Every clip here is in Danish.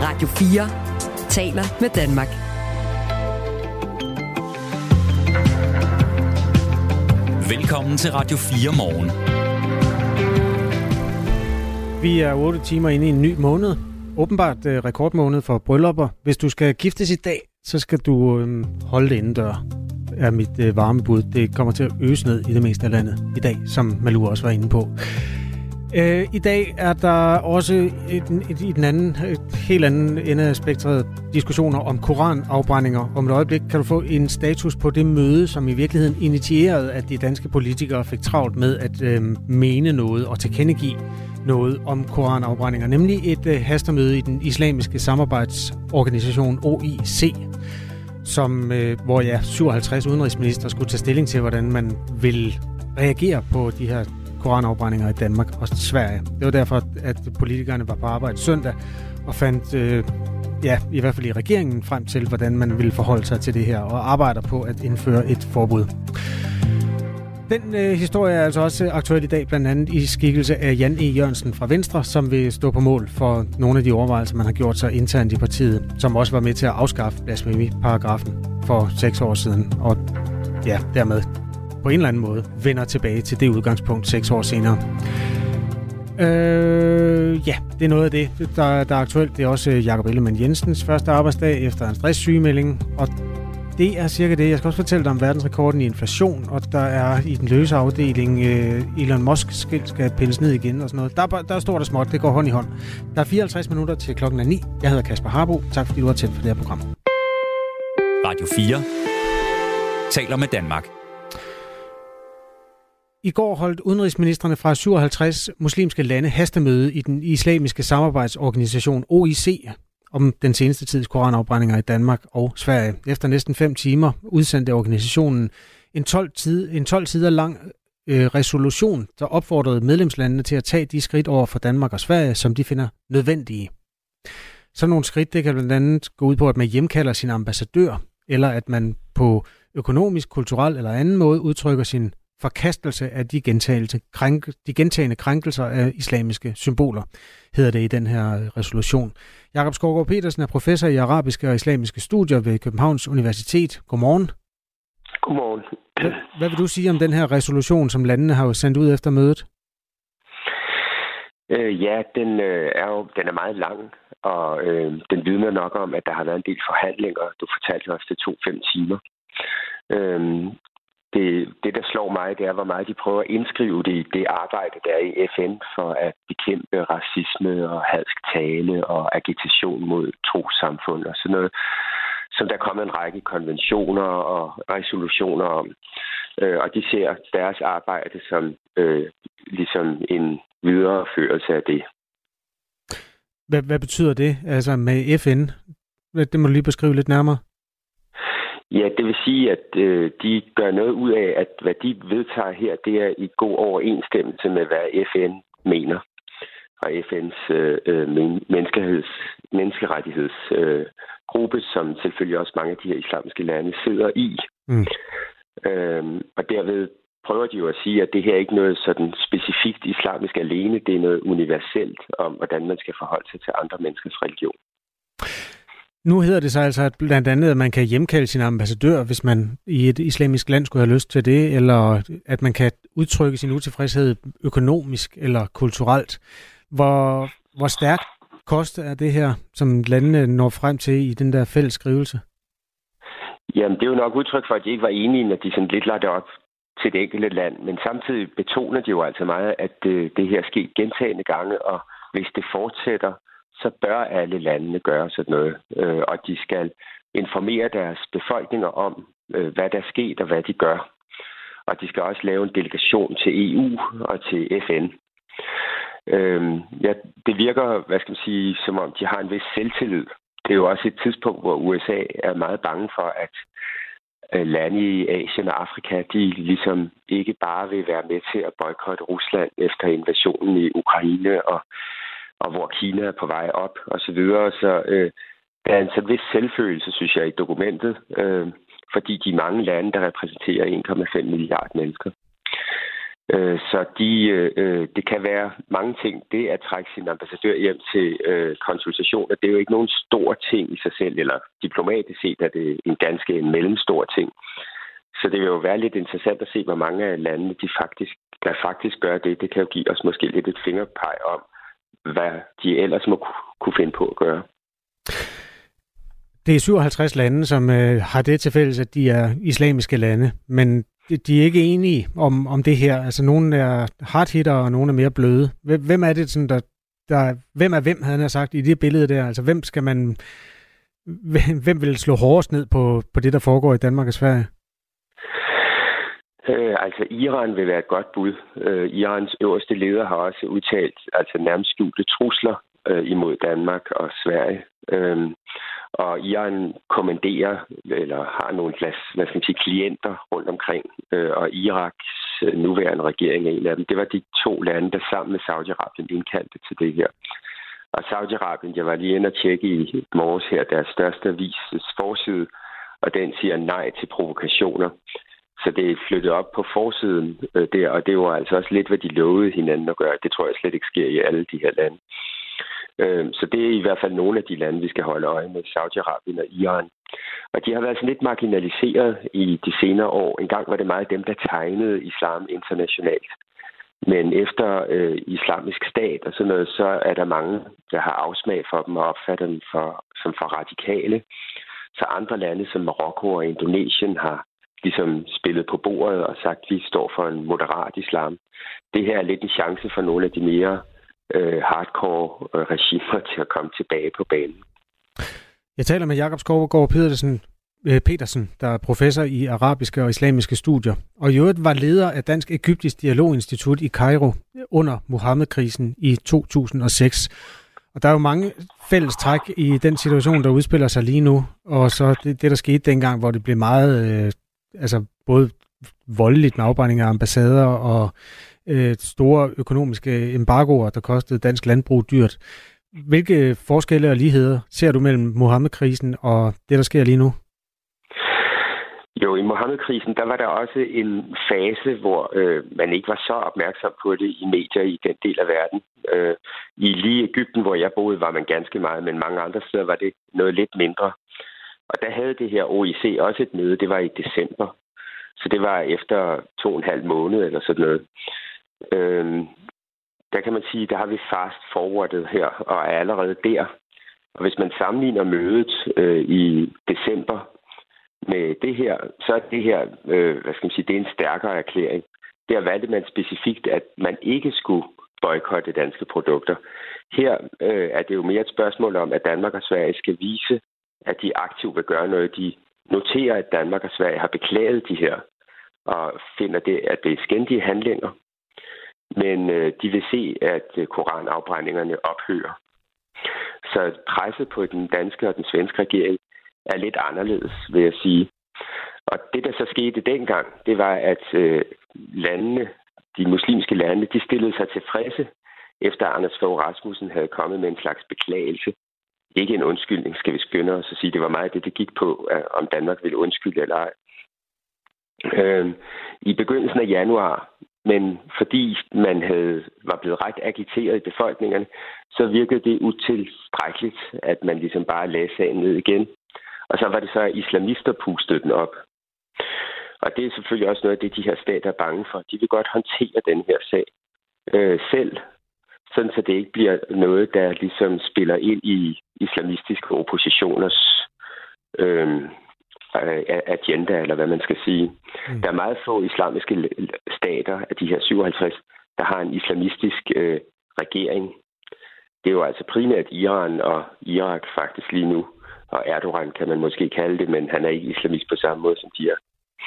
Radio 4 taler med Danmark. Velkommen til Radio 4 morgen. Vi er 8 timer inde i en ny måned. Åbenbart rekordmåned for bryllupper. Hvis du skal giftes i dag, så skal du holde det indendør, er mit varme bud. Det kommer til at øse ned i det meste af landet i dag, som Malou også var inde på. I dag er der også i den anden, helt anden ende af spektret diskussioner om koranafbrændinger. Om et øjeblik kan du få en status på det møde, som i virkeligheden initierede, at de danske politikere fik travlt med at mene noget og tilkendegive noget om koranafbrændinger. Nemlig et hastemøde i den islamiske samarbejdsorganisation OIC, hvor 57 udenrigsminister skulle tage stilling til, hvordan man vil reagere på de her koranafbrændinger i Danmark og Sverige. Det var derfor, at politikerne var på arbejde søndag og fandt, i hvert fald i regeringen, frem til, hvordan man ville forholde sig til det her, og arbejder på at indføre et forbud. Den historie er altså også aktuel i dag, blandt andet i skikkelse af Jan E. Jørgensen fra Venstre, som vil stå på mål for nogle af de overvejelser, man har gjort sig internt i partiet, som også var med til at afskaffe blasfemiparagrafen for 6 år siden, og dermed på en eller anden måde vender tilbage til det udgangspunkt 6 år senere. Det er noget af det, der er aktuelt. Det er også Jakob Ellemann-Jensens første arbejdsdag efter en stresssygemelding, og det er cirka det. Jeg skal også fortælle dig om verdensrekorden i inflation, og der er i den løse afdeling Elon Musk-skilt skal pilles ned igen og sådan noget. Der er stort og småt, det går hånd i hånd. Der er 54 minutter til klokken er 9. Jeg hedder Kasper Harbo. Tak fordi du har tændt for det her program. Radio 4 taler med Danmark. I går holdt udenrigsministrene fra 57 muslimske lande hastemøde i den islamiske samarbejdsorganisation OIC om den seneste tids koranafbrændinger i Danmark og Sverige. Efter næsten 5 timer udsendte organisationen en 12 sider lang resolution, der opfordrede medlemslandene til at tage de skridt over for Danmark og Sverige, som de finder nødvendige. Sådan nogle skridt, det kan blandt andet gå ud på, at man hjemkalder sin ambassadør, eller at man på økonomisk, kulturel eller anden måde udtrykker sin forkastelse af de gentagne krænkelser af islamiske symboler, hedder det i den her resolution. Jakob Skovgaard Petersen er professor i arabiske og islamiske studier ved Københavns Universitet. Godmorgen. Godmorgen. Hvad vil du sige om den her resolution, som landene har sendt ud efter mødet? Den er meget lang, og den vidner nok om, at der har været en del forhandlinger. Du fortalte også, det tog 5 timer. Det, der slår mig, det er, hvor meget de prøver at indskrive det i det arbejde, der er i FN for at bekæmpe racisme og hadsk tale og agitation mod trossamfund og sådan noget, som der er kommet en række konventioner og resolutioner om. Og de ser deres arbejde som ligesom en videreførelse af det. Hvad betyder det, altså med FN? Det må du lige beskrive lidt nærmere. Ja, det vil sige, at de gør noget ud af, at hvad de vedtager her, det er i god overensstemmelse med, hvad FN mener. Og FN's menneskerettighedsgruppe, som selvfølgelig også mange af de her islamiske lande sidder i. Og derved prøver de jo at sige, at det her ikke er noget sådan specifikt islamisk alene, det er noget universelt om, hvordan man skal forholde sig til andre menneskers religion. Nu hedder det sig altså at blandt andet, at man kan hjemkalde sin ambassadør, hvis man i et islamisk land skulle have lyst til det, eller at man kan udtrykke sin utilfredshed økonomisk eller kulturelt. Hvor stærkt kost er det her, som landene når frem til i den der fælles skrivelse? Jamen, det er jo nok udtryk for, at de ikke var enige, når de sådan lidt lader det op til det enkelte land. Men samtidig betoner de jo altså meget, at det her sker gentagne gange, og hvis det fortsætter, så bør alle landene gøre sådan noget, og de skal informere deres befolkninger om, hvad der er sket og hvad de gør. Og de skal også lave en delegation til EU og til FN. Det virker, som om de har en vis selvtillid. Det er jo også et tidspunkt, hvor USA er meget bange for, at lande i Asien og Afrika, de ligesom ikke bare vil være med til at boykotte Rusland efter invasionen i Ukraine, og hvor Kina er på vej op, og så videre. Så der er en sådan vis selvfølelse, synes jeg, i dokumentet, fordi de mange lande, der repræsenterer 1,5 milliarder mennesker. Så det kan være mange ting. Det at trække sin ambassadør hjem til konsultationer, det er jo ikke nogen stor ting i sig selv, eller diplomatisk set er det en ganske mellemstor ting. Så det vil jo være lidt interessant at se, hvor mange af landene der faktisk gør det. Det kan jo give os måske lidt et fingerpeg om, hvad de ellers må kunne finde på at gøre. Det er 57 lande, som har det til fælles, at de er islamiske lande, men de er ikke enige om det her. Altså, nogle er hardhitter, og nogle er mere bløde. Hvem er det, sådan, hvem er hvem, havde han sagt, i det billede der? Altså, hvem vil slå hårdest ned på det, der foregår i Danmark og Sverige? Altså, Iran vil være et godt bud. Irans øverste leder har også udtalt nærmest skjulte trusler imod Danmark og Sverige. Og Iran kommanderer, eller har nogle klienter rundt omkring, og Iraks nuværende regering er en af dem. Det var de 2 lande, der sammen med Saudi-Arabien indkaldte til det her. Og Saudi-Arabien, jeg var lige inde og tjekke i morges her, deres største avises forside, og den siger nej til provokationer. Så det er flyttet op på forsiden der, og det var altså også lidt, hvad de lovede hinanden at gøre. Det tror jeg slet ikke sker i alle de her lande. Så det er i hvert fald nogle af de lande, vi skal holde øje med, Saudi-Arabien og Iran. Og de har været sådan lidt marginaliseret i de senere år. En gang var det meget dem, der tegnede islam internationalt. Men efter islamisk stat og sådan noget, så er der mange, der har afsmag for dem og opfatter dem som for radikale. Så andre lande som Marokko og Indonesien har ligesom spillet på bordet og sagt, at vi står for en moderat islam. Det her er lidt en chance for nogle af de mere hardcore regimer til at komme tilbage på banen. Jeg taler med Jakob Skovgaard Petersen, der er professor i arabiske og islamiske studier, og i øvrigt var leder af Dansk Egyptisk Dialoginstitut i Kairo under Mohammed-krisen i 2006. Og der er jo mange fælles træk i den situation, der udspiller sig lige nu, og så det der skete dengang, hvor det blev meget, både voldeligt med afbrænding af ambassader og store økonomiske embargoer, der kostede dansk landbrug dyrt. Hvilke forskelle og ligheder ser du mellem Mohammed-krisen og det, der sker lige nu? Jo, i Mohammed-krisen, der var der også en fase, hvor man ikke var så opmærksom på det i medier i den del af verden. I lige Egypten, hvor jeg boede, var man ganske meget, men mange andre steder var det noget lidt mindre. Og der havde det her OIC også et møde, det var i december. Så det var efter 2,5 måneder eller sådan noget. Der kan man sige, der har vi fast forwardet her, og er allerede der. Og hvis man sammenligner mødet i december med det her, så er det her, det er en stærkere erklæring. Der valgte man specifikt, at man ikke skulle boykotte danske produkter. Her er det jo mere et spørgsmål om, at Danmark og Sverige skal vise, at de aktivt vil gøre noget. De noterer, at Danmark og Sverige har beklaget de her, og finder det, at det er skændige handlinger. Men de vil se, at koranafbrændingerne ophører. Så presset på den danske og den svenske regering er lidt anderledes, vil jeg sige. Og det, der så skete dengang, det var, at landene, de muslimske lande, de stillede sig tilfredse, efter Anders Fogh Rasmussen havde kommet med en slags beklagelse. Ikke en undskyldning, skal vi skynde os at sige. Det var meget det gik på, om Danmark ville undskylde eller ej. I begyndelsen af januar, men fordi man var blevet ret agiteret i befolkningerne, så virkede det utilstrækkeligt, at man ligesom bare lagde sagen ned igen. Og så var det så, at islamister pustede den op. Og det er selvfølgelig også noget af det, de her stater er bange for. De vil godt håndtere den her sag selv, sådan så det ikke bliver noget, der ligesom spiller ind i islamistiske oppositioners agenda, eller hvad man skal sige. Der er meget få islamiske stater af de her 57, der har en islamistisk regering. Det er jo altså primært Iran og Irak faktisk lige nu. Og Erdogan kan man måske kalde det, men han er ikke islamist på samme måde, som de er.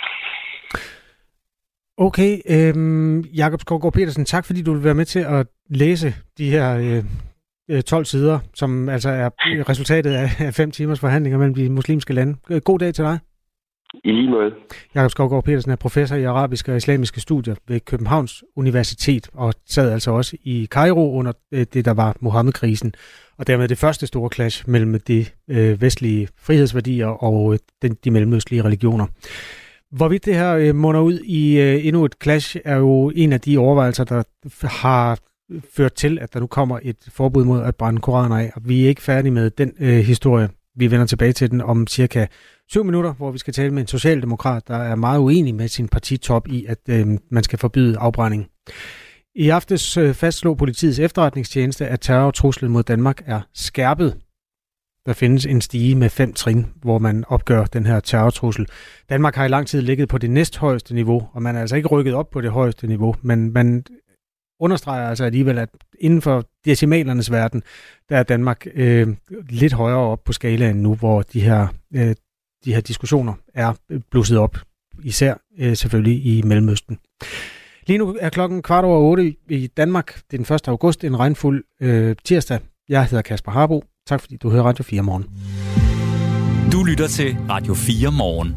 Okay, Jakob Skovgaard Petersen, tak fordi du vil være med til at læse de her 12 sider, som altså er resultatet af 5 timers forhandlinger mellem de muslimske lande. God dag til dig. I lige måde. Jakob Skovgaard Petersen er professor i arabiske og islamiske studier ved Københavns Universitet og sad altså også i Kairo under det, der var Mohammed-krisen, og dermed det første store clash mellem de vestlige frihedsværdier og de mellemøstlige religioner. Hvorvidt det her munder ud i endnu et clash, er jo en af de overvejelser, der har ført til, at der nu kommer et forbud mod at brænde koraner af. Og vi er ikke færdige med den historie. Vi vender tilbage til den om cirka 7 minutter, hvor vi skal tale med en socialdemokrat, der er meget uenig med sin partitop i, at man skal forbyde afbrænding. I aftes fastslog politiets efterretningstjeneste, at terrortruslen mod Danmark er skærpet. Der findes en stige med 5 trin, hvor man opgør den her terrortrussel. Danmark har i lang tid ligget på det næsthøjeste niveau, og man er altså ikke rykket op på det højeste niveau, men man understreger altså alligevel, at inden for decimalernes verden, der er Danmark lidt højere op på skalaen nu, hvor de her diskussioner er blusset op, især selvfølgelig i Mellemøsten. Lige nu er klokken 7:15 i Danmark. Det er den 1. august, en regnfuld tirsdag. Jeg hedder Kasper Harbo. Tak fordi du hører Radio 4 Morgen. Du lytter til Radio 4 Morgen.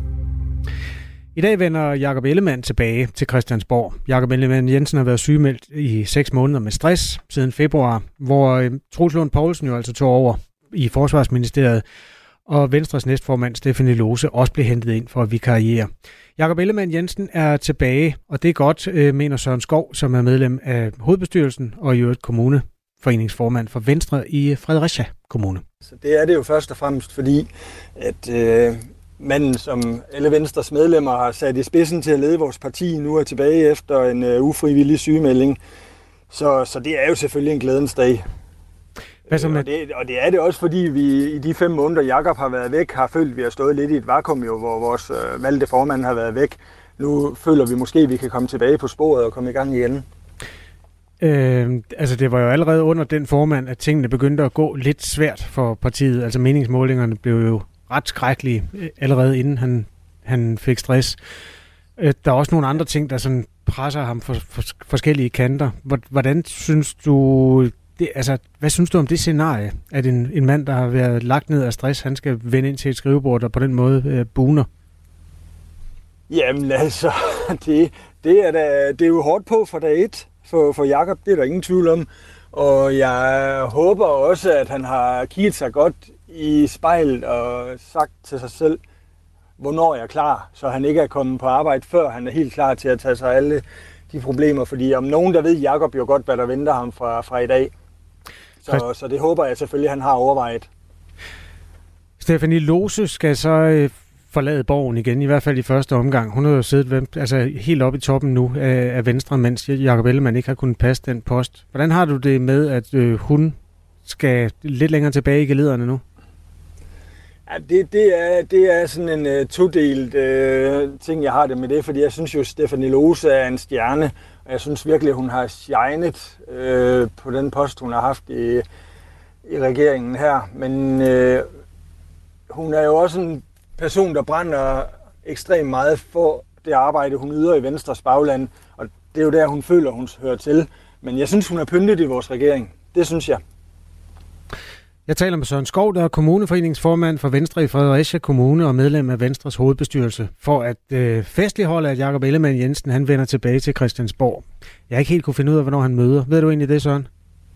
I dag vender Jakob Ellemann tilbage til Christiansborg. Jakob Ellemann Jensen har været sygemeldt i 6 måneder med stress siden februar, hvor Troels Lund Poulsen jo altså tog over i Forsvarsministeriet, og Venstres næstformand Stephanie Lose også blev hentet ind for at vikariere. Jakob Ellemann Jensen er tilbage, og det er godt, mener Søren Skov, som er medlem af hovedbestyrelsen og i øvrigt kommuneforeningsformand for Venstre i Fredericia Kommune. Så det er det jo først og fremmest, fordi at manden, som alle Venstres medlemmer har sat i spidsen til at lede vores parti, nu er tilbage efter en ufrivillig sygemelding. Så det er jo selvfølgelig en glædens dag. Og det er det også, fordi vi i de 5 måneder, Jakob har været væk, har følt, at vi har stået lidt i et vakuum, jo, hvor vores valgte formand har været væk. Nu føler vi måske, at vi kan komme tilbage på sporet og komme i gang igen. Altså det var jo allerede under den formand, at tingene begyndte at gå lidt svært for partiet. Altså meningsmålingerne blev jo ret skrækkelige allerede inden han fik stress. Der er også nogle andre ting, der sådan presser ham for forskellige kanter. Hvordan synes du det, altså, hvad synes du om det scenarie, at en mand, der har været lagt ned af stress, han skal vende ind til et skrivebord, der på den måde buner? Jamen altså, det er jo hårdt på for dag 1 for Jakob, det er der ingen tvivl om. Og jeg håber også, at han har kigget sig godt i spejlet og sagt til sig selv, hvornår jeg er klar, så han ikke er kommet på arbejde, før han er helt klar til at tage sig alle de problemer. Fordi om nogen, der ved Jakob jo godt, hvad der venter ham fra i dag. Så det håber jeg selvfølgelig, han har overvejet. Stephanie Lose skal så forlade borgen igen, i hvert fald i første omgang. Hun har jo siddet helt oppe i toppen nu af Venstre, mens Jakob Ellemann ikke har kunnet passe den post. Hvordan har du det med, at hun skal lidt længere tilbage i gelederne nu? Ja, det er sådan en todelt ting, jeg har det med det, fordi jeg synes jo, Stephanie Lose er en stjerne, og jeg synes virkelig, at hun har shined på den post, hun har haft i regeringen her. Men hun er jo også en person, der brænder ekstremt meget for det arbejde, hun yder i Venstres bagland, og det er jo der, hun føler, hun hører til. Men jeg synes, hun er pyntet i vores regering. Det synes jeg. Jeg taler med Søren Skov, der er kommuneforeningsformand for Venstre i Fredericia Kommune og medlem af Venstres hovedbestyrelse, for at festligholde, at Jakob Ellemann Jensen han vender tilbage til Christiansborg. Jeg har ikke helt kunne finde ud af, hvornår han møder. Ved du egentlig det, Søren?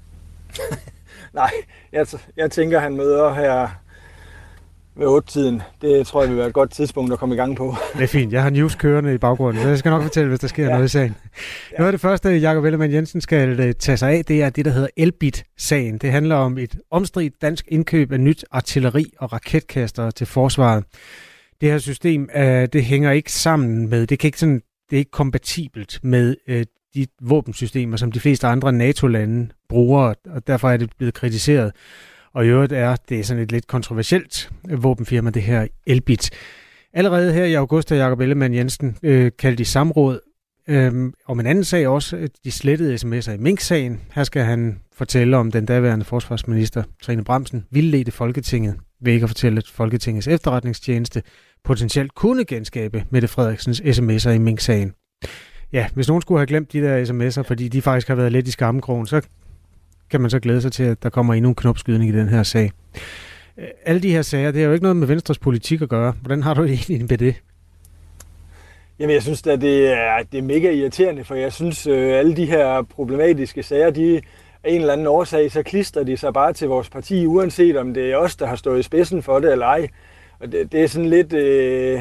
Nej, jeg tænker, han møder her ved 8-tiden. Det tror jeg vil være et godt tidspunkt at komme i gang på. Det er fint. Jeg har news kørende i baggrunden, så jeg skal nok fortælle, hvis der sker noget i sagen. Noget af det første, Jakob Ellemann Jensen skal tage sig af, det er det, der hedder Elbit-sagen. Det handler om et omstridt dansk indkøb af nyt artilleri og raketkastere til forsvaret. Det her system, det hænger ikke sammen med, det er ikke kompatibelt med de våbensystemer, som de fleste andre NATO-lande bruger, og derfor er det blevet kritiseret. Og i øvrigt det er sådan et lidt kontroversielt våbenfirma, det her Elbit. Allerede her i august er Jakob Ellemann Jensen kaldt i samråd om en anden sag også, de slettede sms'er i Mink-sagen. Her skal han fortælle om den daværende forsvarsminister Trine Bramsen vildledte Folketinget ved ikke at fortælle, at Folketingets efterretningstjeneste potentielt kunne genskabe Mette Frederiksens sms'er i Mink-sagen. Ja, hvis nogen skulle have glemt de der sms'er, fordi de faktisk har været lidt i skammekrogen, så kan man så glæde sig til, at der kommer endnu en knopskydning i den her sag. Alle de her sager, det er jo ikke noget med Venstres politik at gøre. Hvordan har du egentlig med det? Jamen, jeg synes at det er mega irriterende, for jeg synes, alle de her problematiske sager, de af en eller anden årsag, så klistrer de sig bare til vores parti, uanset om det er os, der har stået i spidsen for det eller ej. Og det er sådan lidt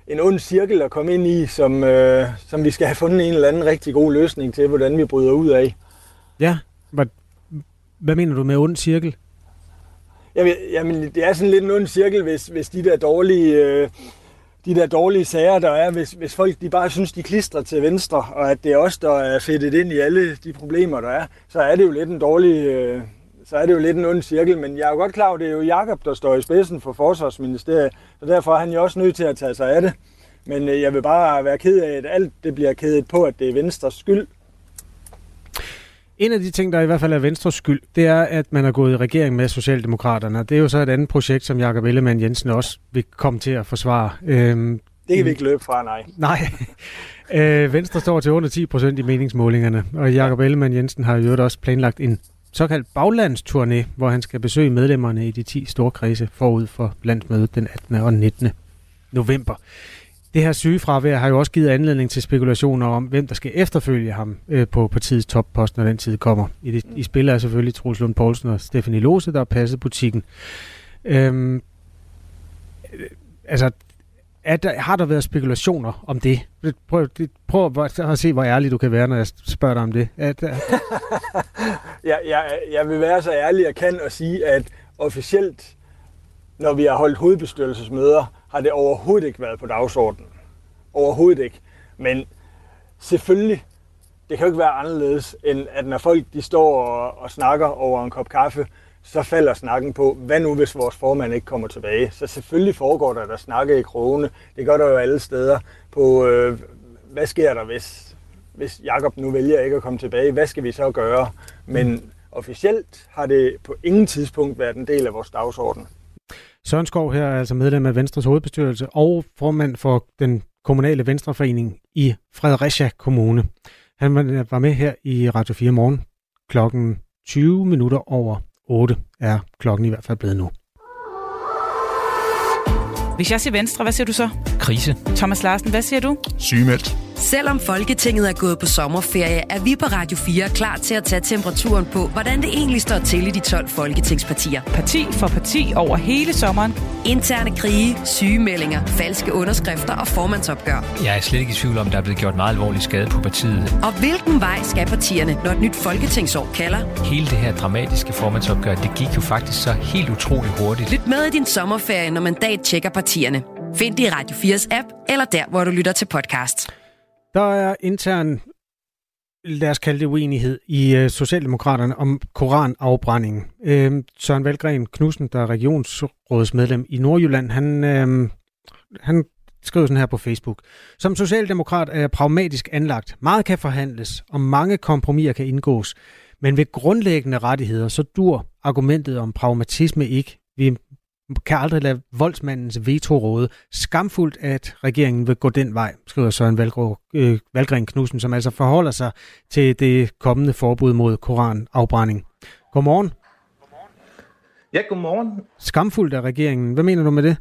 en ond cirkel at komme ind i, som vi skal have fundet en eller anden rigtig god løsning til, hvordan vi bryder ud af. Ja, hvad mener du med ond cirkel? Jamen, det er sådan lidt en ond cirkel, hvis de der dårlige sager, der er, hvis folk de bare synes, de klistrer til venstre, og at det er os, der er fedtet ind i alle de problemer, der er, så er det jo lidt en ond cirkel. Men jeg er jo godt klar over, det er jo Jakob, der står i spidsen for Forsvarsministeriet, så derfor er han jo også nødt til at tage sig af det. Men jeg vil bare være ked af, at alt det bliver kædet på, at det er Venstres skyld. En af de ting, der i hvert fald er Venstres skyld, det er, at man er gået i regering med Socialdemokraterne. Det er jo så et andet projekt, som Jakob Ellemann-Jensen også vil komme til at forsvare. Det kan vi ikke løbe fra, nej. Nej. Venstre står til under 10% i meningsmålingerne, og Jakob Ellemann-Jensen har jo også planlagt en såkaldt baglandsturné, hvor han skal besøge medlemmerne i de 10 store kredse forud for landsmødet den 18. og 19. november. Det her sygefravær har jo også givet anledning til spekulationer om, hvem der skal efterfølge ham på partiets toppost, når den tid kommer. I spil er selvfølgelig Troels Lund Poulsen og Stephanie Lose, der har passet butikken. Har der været spekulationer om det? Prøv at se, hvor ærlig du kan være, når jeg spørger dig om det. Jeg vil være så ærlig, jeg kan, og sige, at officielt, når vi har holdt hovedbestyrelsesmøder, har det overhovedet ikke været på dagsordenen. Overhovedet ikke. Men selvfølgelig, det kan jo ikke være anderledes, end at når folk de står og snakker over en kop kaffe, så falder snakken på, hvad nu hvis vores formand ikke kommer tilbage? Så selvfølgelig foregår der snakke i krogene. Det gør der jo alle steder på, hvad sker der, hvis Jakob nu vælger ikke at komme tilbage? Hvad skal vi så gøre? Men officielt har det på ingen tidspunkt været en del af vores dagsorden. Søren Skov her er altså medlem af Venstres hovedbestyrelse og formand for den kommunale Venstreforening i Fredericia Kommune. Han var med her i Radio 4 morgen. Klokken 8:20 er klokken i hvert fald blevet nu. Hvis jeg siger Venstre, hvad siger du så? Krise. Thomas Larsen, hvad siger du? Sygemeldt. Selvom Folketinget er gået på sommerferie, er vi på Radio 4 klar til at tage temperaturen på, hvordan det egentlig står til i de 12 folketingspartier. Parti for parti over hele sommeren. Interne krige, sygemeldinger, falske underskrifter og formandsopgør. Jeg er slet ikke i tvivl om, der er blevet gjort meget alvorlig skade på partiet. Og hvilken vej skal partierne, når et nyt folketingsår kalder? Hele det her dramatiske formandsopgør, det gik jo faktisk så helt utroligt hurtigt. Lyt med i din sommerferie, når Mandat tjekker partierne. Find det i Radio 4's app, eller der, hvor du lytter til podcast. Der er intern, lad os kalde det uenighed, i Socialdemokraterne om koranafbrændingen. Søren Valgren Knudsen, der er regionsrådsmedlem i Nordjylland, han skriver sådan her på Facebook. Som socialdemokrat er jeg pragmatisk anlagt. Meget kan forhandles, og mange kompromiser kan indgås. Men ved grundlæggende rettigheder, så dur argumentet om pragmatisme ikke. Vi kan aldrig lade voldsmandens veto råde. Skamfuldt, at regeringen vil gå den vej, skriver Søren Valgren Knudsen, som altså forholder sig til det kommende forbud mod koranafbrænding. Godmorgen. Ja, godmorgen. Skamfuldt af regeringen. Hvad mener du med det?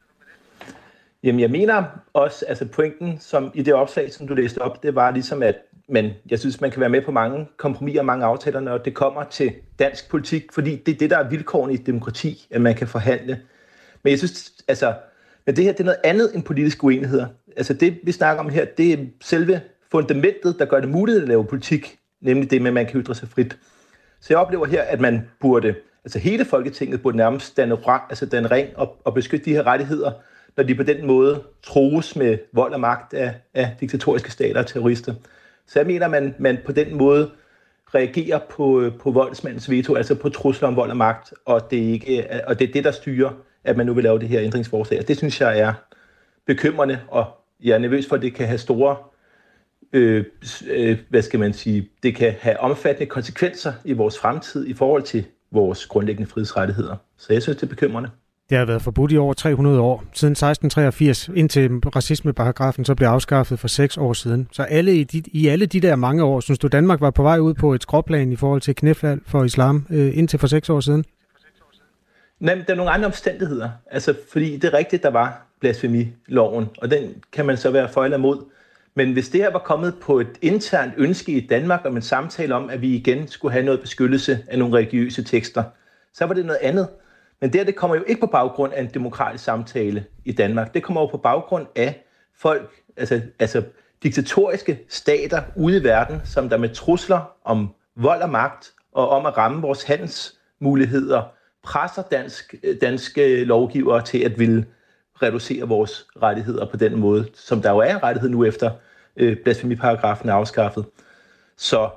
Jamen, jeg mener også, altså pointen som i det opslag, som du læste op, det var ligesom, at jeg synes, man kan være med på mange kompromiser og mange aftaler, når det kommer til dansk politik, fordi det er det, der er vilkårene i et demokrati, at man kan forhandle. Men jeg synes, altså, men det her, det er noget andet end politiske uenigheder. Altså det, vi snakker om her, det er selve fundamentet, der gør det muligt at lave politik, nemlig det med, at man kan ytre sig frit. Så jeg oplever her, at man burde, altså hele Folketinget burde nærmest danne ring og beskytte de her rettigheder, når de på den måde trues med vold og magt af diktatoriske stater og terrorister. Så jeg mener, at man på den måde reagerer på voldsmandens veto, altså på trusler om vold og magt, og det er det, der styrer, at man nu vil lave det her ændringsforslag. Og det synes jeg er bekymrende, og jeg er nervøs for, at det kan have store, det kan have omfattende konsekvenser i vores fremtid i forhold til vores grundlæggende frihedsrettigheder. Så jeg synes, det er bekymrende. Det har været forbudt i over 300 år, siden 1683, indtil racismeparagrafen så blev afskaffet for 6 år siden. Så i alle de der mange år, synes du, Danmark var på vej ud på et skråplan i forhold til knæfald for islam indtil for 6 år siden? Nej, der er nogle andre omstændigheder. Altså, fordi det er rigtigt, der var blasfemiloven, og den kan man så være for eller imod. Men hvis det her var kommet på et internt ønske i Danmark om en samtale om, at vi igen skulle have noget beskyttelse af nogle religiøse tekster, så var det noget andet. Men det kommer jo ikke på baggrund af en demokratisk samtale i Danmark. Det kommer jo på baggrund af folk, altså diktatoriske stater ude i verden, som der med trusler om vold og magt og om at ramme vores handelsmuligheder, presser danske lovgivere til at ville reducere vores rettigheder på den måde, som der jo er en rettighed nu efter blasfemiparagrafen er afskaffet. Så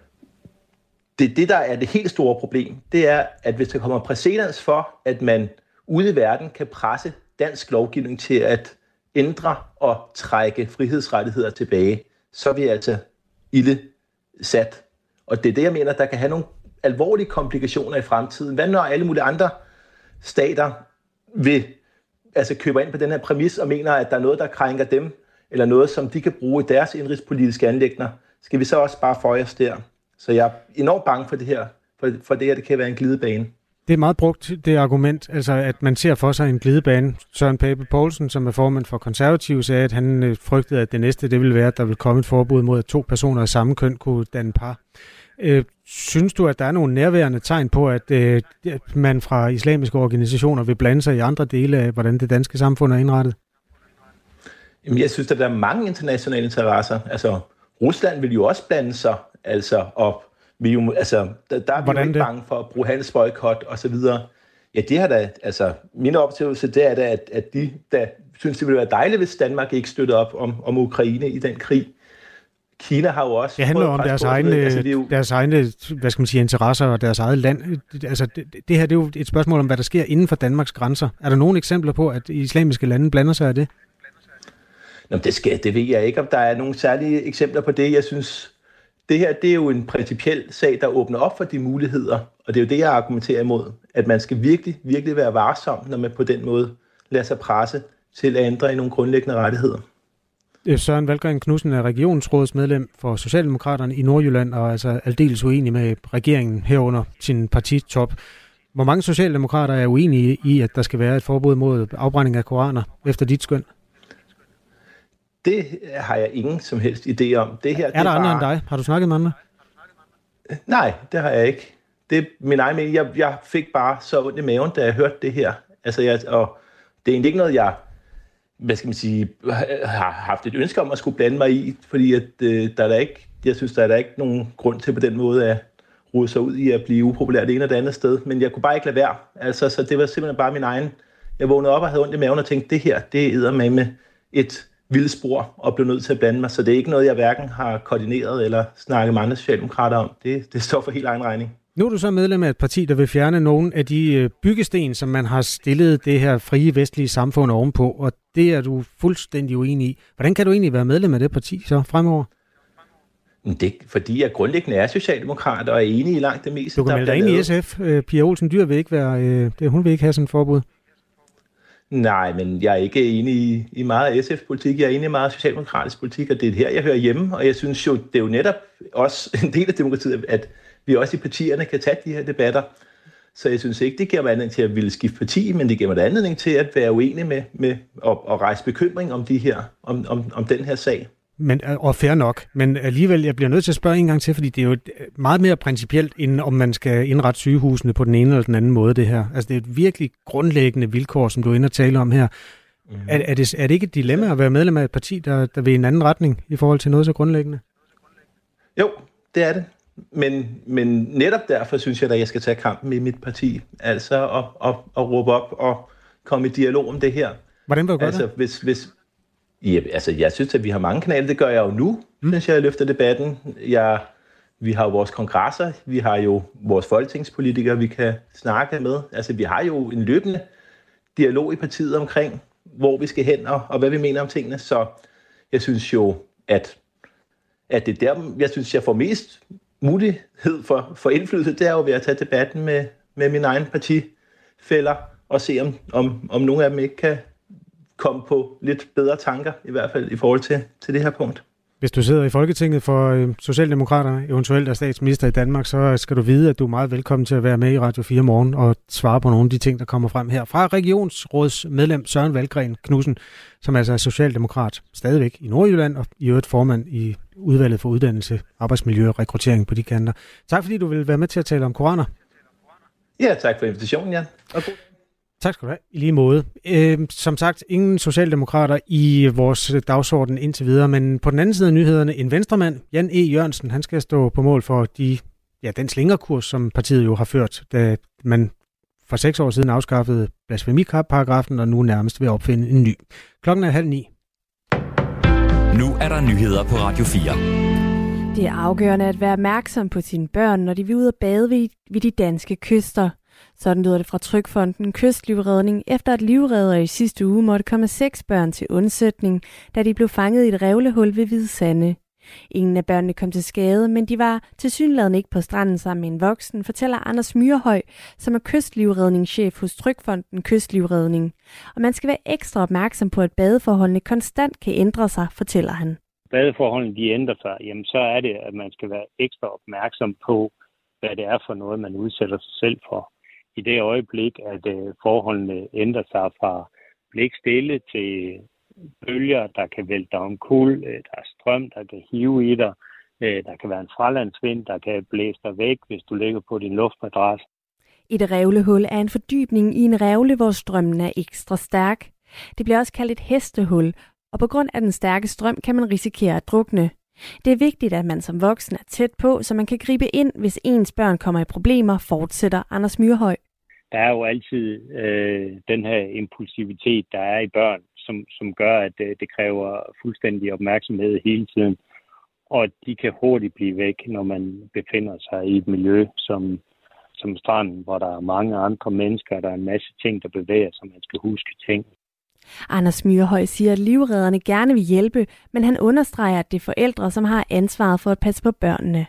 det, der er det helt store problem, det er, at hvis der kommer præcedens for, at man ude i verden kan presse dansk lovgivning til at ændre og trække frihedsrettigheder tilbage, så er vi altså ilde sat. Og det er det, jeg mener, der kan have nogle alvorlige komplikationer i fremtiden. Hvad når alle mulige andre stater køber ind på den her præmis og mener, at der er noget, der krænker dem, eller noget, som de kan bruge i deres indrigspolitiske anliggender, skal vi så også bare føje os der? Så jeg er enormt bange for det her, for det her, det kan være en glidebane. Det er meget brugt, det argument, altså at man ser for sig en glidebane. Søren Pape Poulsen, som er formand for Konservative, sagde, at han frygtede, at det næste, det ville være, at der ville komme et forbud mod, at 2 personer af samme køn kunne danne par. Synes du, at der er nogle nærværende tegn på, at man fra islamiske organisationer vil blande sig i andre dele af, hvordan det danske samfund er indrettet? Jamen, jeg synes, at der er mange internationale interesser. Altså, Rusland vil jo også blande sig, og der er vi jo ikke bange for at bruge handelsboykot og så videre. Ja, det har da, min oplevelse, det er da, at de der synes, det ville være dejligt, hvis Danmark ikke støttede op om Ukraine i den krig. Kina har jo også... Det handler om deres egne, hvad skal man sige, interesser og deres eget land. Altså, det her, det er jo et spørgsmål om, hvad der sker inden for Danmarks grænser. Er der nogle eksempler på, at islamiske lande blander sig af det? Nå, det ved jeg ikke, om der er nogle særlige eksempler på det. Jeg synes, det her, det er jo en principiel sag, der åbner op for de muligheder, og det er jo det, jeg argumenterer imod, at man skal virkelig, virkelig være varsom, når man på den måde lader sig presse til at ændre i nogle grundlæggende rettigheder. Søren Valgren Knudsen er regionsrådsmedlem for Socialdemokraterne i Nordjylland, og altså aldeles uenig med regeringen herunder sin partitop. Hvor mange socialdemokrater er uenige i, at der skal være et forbud mod afbrænding af koraner efter dit skøn? Det har jeg ingen som helst idé om. Det her, er der andre end dig? Har du snakket med andre? Nej, det har jeg ikke. Det er min egen mening. Jeg fik bare så ondt i maven, da jeg hørte det her. Og det er egentlig ikke noget, jeg har haft et ønske om at skulle blande mig i, fordi at, jeg synes, der er ikke nogen grund til på den måde at rode sig ud i at blive upopulær det ene eller det andet sted. Men jeg kunne bare ikke lade være. Så det var simpelthen bare min egen. Jeg vågnede op og havde ondt i maven og tænkte, det her, det er eddermame et vildspor og blev nødt til at blande mig. Så det er ikke noget, jeg hverken har koordineret eller snakket med andre socialdemokrater om. Det står for helt egen regning. Nu er du så medlem af et parti, der vil fjerne nogle af de byggesten, som man har stillet det her frie vestlige samfund ovenpå, og det er du fuldstændig uenig i. Hvordan kan du egentlig være medlem af det parti så fremover? Det fordi jeg grundlæggende er socialdemokrat og er enig i langt det meste. Du kan melde dig ind i SF. Pia Olsen Dyhr vil ikke være, hun vil ikke have sådan et forbud. Nej, men jeg er ikke enig i meget af SF-politik. Jeg er enig i meget socialdemokratisk politik, og det er her, jeg hører hjemme. Og jeg synes jo, det er jo netop også en del af demokratiet, at vi også i partierne kan tage de her debatter. Så jeg synes ikke, det giver mig anledning til at ville skifte parti, men det giver mig anledning til at være uenig med og rejse bekymring om om den her sag. Og fair nok, men alligevel, jeg bliver nødt til at spørge en gang til, fordi det er jo meget mere principielt, end om man skal indrette sygehusene på den ene eller den anden måde, det her. Altså, det er et virkelig grundlæggende vilkår, som du er inde og tale om her. Mm. Er det ikke et dilemma at være medlem af et parti, der vil i en anden retning i forhold til noget så grundlæggende? Jo, det er det. Men netop derfor synes jeg, at jeg skal tage kampen i mit parti. Altså at råbe op og komme i dialog om det her. Hvordan vil du gøre det? Jeg synes, at vi har mange kanaler. Det gør jeg jo nu, synes jeg løfter debatten. Vi har jo vores kongresser, vi har jo vores folketingspolitikere, vi kan snakke med. Altså, vi har jo en løbende dialog i partiet omkring, hvor vi skal hen og hvad vi mener om tingene. Så jeg synes jo, at det der, jeg synes, jeg får mest mulighed for indflydelse, det er jo ved at tage debatten med mine egne partifæller og se, om nogle af dem ikke kan komme på lidt bedre tanker, i hvert fald i forhold til det her punkt. Hvis du sidder i Folketinget for Socialdemokraterne, eventuelt er statsminister i Danmark, så skal du vide, at du er meget velkommen til at være med i Radio 4 Morgen og svare på nogle af de ting, der kommer frem her. Fra regionsrådsmedlem Søren Valgren Knudsen, som altså er socialdemokrat stadigvæk i Nordjylland og i øvrigt formand i udvalget for uddannelse, arbejdsmiljø og rekruttering på de kanter. Tak fordi du vil være med til at tale om koraner. Ja, tak for invitationen, Jan. Tak skal du have. I lige måde. Som sagt, ingen socialdemokrater i vores dagsorden indtil videre, men på den anden side af nyhederne, en venstremand, Jan E. Jørgensen, han skal stå på mål for den slingerkurs, som partiet jo har ført, da man for 6 år siden afskaffede blasfemiparagrafen, og nu nærmest vil opfinde en ny. Klokken er 8:30. Nu er der nyheder på Radio 4. Det er afgørende at være opmærksom på sine børn, når de vil ud og bade ved de danske kyster. Sådan lyder det fra Trygfonden Kystlivredning, efter at livredder i sidste uge måtte komme 6 børn til undsætning, da de blev fanget i et revlehul ved Hvide Sande. Ingen af børnene kom til skade, men de var tilsyneladende ikke på stranden sammen med en voksen, fortæller Anders Myrhøj, som er kystlivredningschef hos Trygfonden Kystlivredning. Og man skal være ekstra opmærksom på, at badeforholdene konstant kan ændre sig, fortæller han. Badeforholdene de ændrer sig, jamen så er det, at man skal være ekstra opmærksom på, hvad det er for noget, man udsætter sig selv for. I det øjeblik, at forholdene ændrer sig fra blikstille til bølger, der kan vælte omkuld, der er strøm, der kan hive i dig, der kan være en fralandsvind, der kan blæse dig væk, hvis du ligger på din luftmadras. Et revlehul er en fordybning i en revle, hvor strømmen er ekstra stærk. Det bliver også kaldt et hestehul, og på grund af den stærke strøm kan man risikere at drukne. Det er vigtigt, at man som voksen er tæt på, så man kan gribe ind, hvis ens børn kommer i problemer, fortsætter Anders Myrhøj. Der er jo altid den her impulsivitet, der er i børn, som gør, at det kræver fuldstændig opmærksomhed hele tiden. Og de kan hurtigt blive væk, når man befinder sig i et miljø som stranden, hvor der er mange andre mennesker, der er en masse ting, der bevæger sig, man skal huske ting. Anders Myrhøj siger, at livredderne gerne vil hjælpe, men han understreger, at det er forældre, som har ansvaret for at passe på børnene.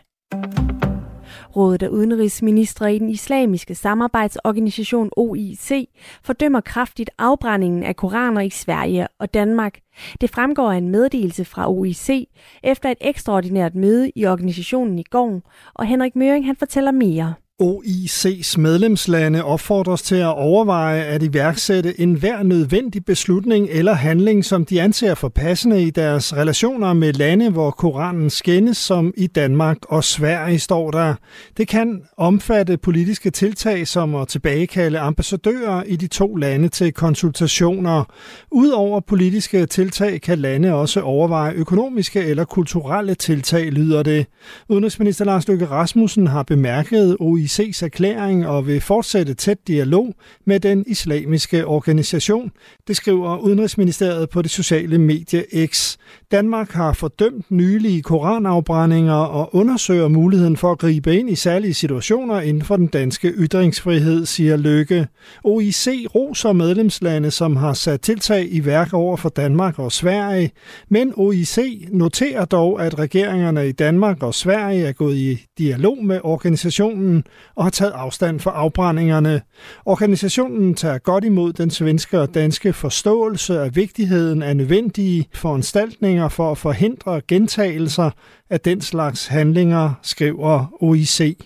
Rådet af udenrigsministre i den islamiske samarbejdsorganisation OIC fordømmer kraftigt afbrændingen af koraner i Sverige og Danmark. Det fremgår af en meddelelse fra OIC efter et ekstraordinært møde i organisationen i går, og Henrik Møring han fortæller mere. OIC's medlemslande opfordres til at overveje at iværksætte enhver nødvendig beslutning eller handling, som de anser for passende i deres relationer med lande, hvor Koranen skændes, som i Danmark og Sverige, står der. Det kan omfatte politiske tiltag som at tilbagekalde ambassadører i de 2 lande til konsultationer. Udover politiske tiltag kan lande også overveje økonomiske eller kulturelle tiltag, lyder det. Udenrigsminister Lars Løkke Rasmussen har bemærket OIC's erklæring og vil fortsætte tæt dialog med den islamiske organisation. Det skriver Udenrigsministeriet på det sociale medie X. Danmark har fordømt nylige koranafbrændinger og undersøger muligheden for at gribe ind i særlige situationer inden for den danske ytringsfrihed, siger Løkke. OIC roser medlemslande, som har sat tiltag i værk over for Danmark og Sverige, men OIC noterer dog, at regeringerne i Danmark og Sverige er gået i dialog med organisationen og har taget afstand fra afbrændingerne. Organisationen tager godt imod den svenske og danske forståelse af vigtigheden af nødvendige foranstaltninger for at forhindre gentagelser af den slags handlinger, skriver OIC.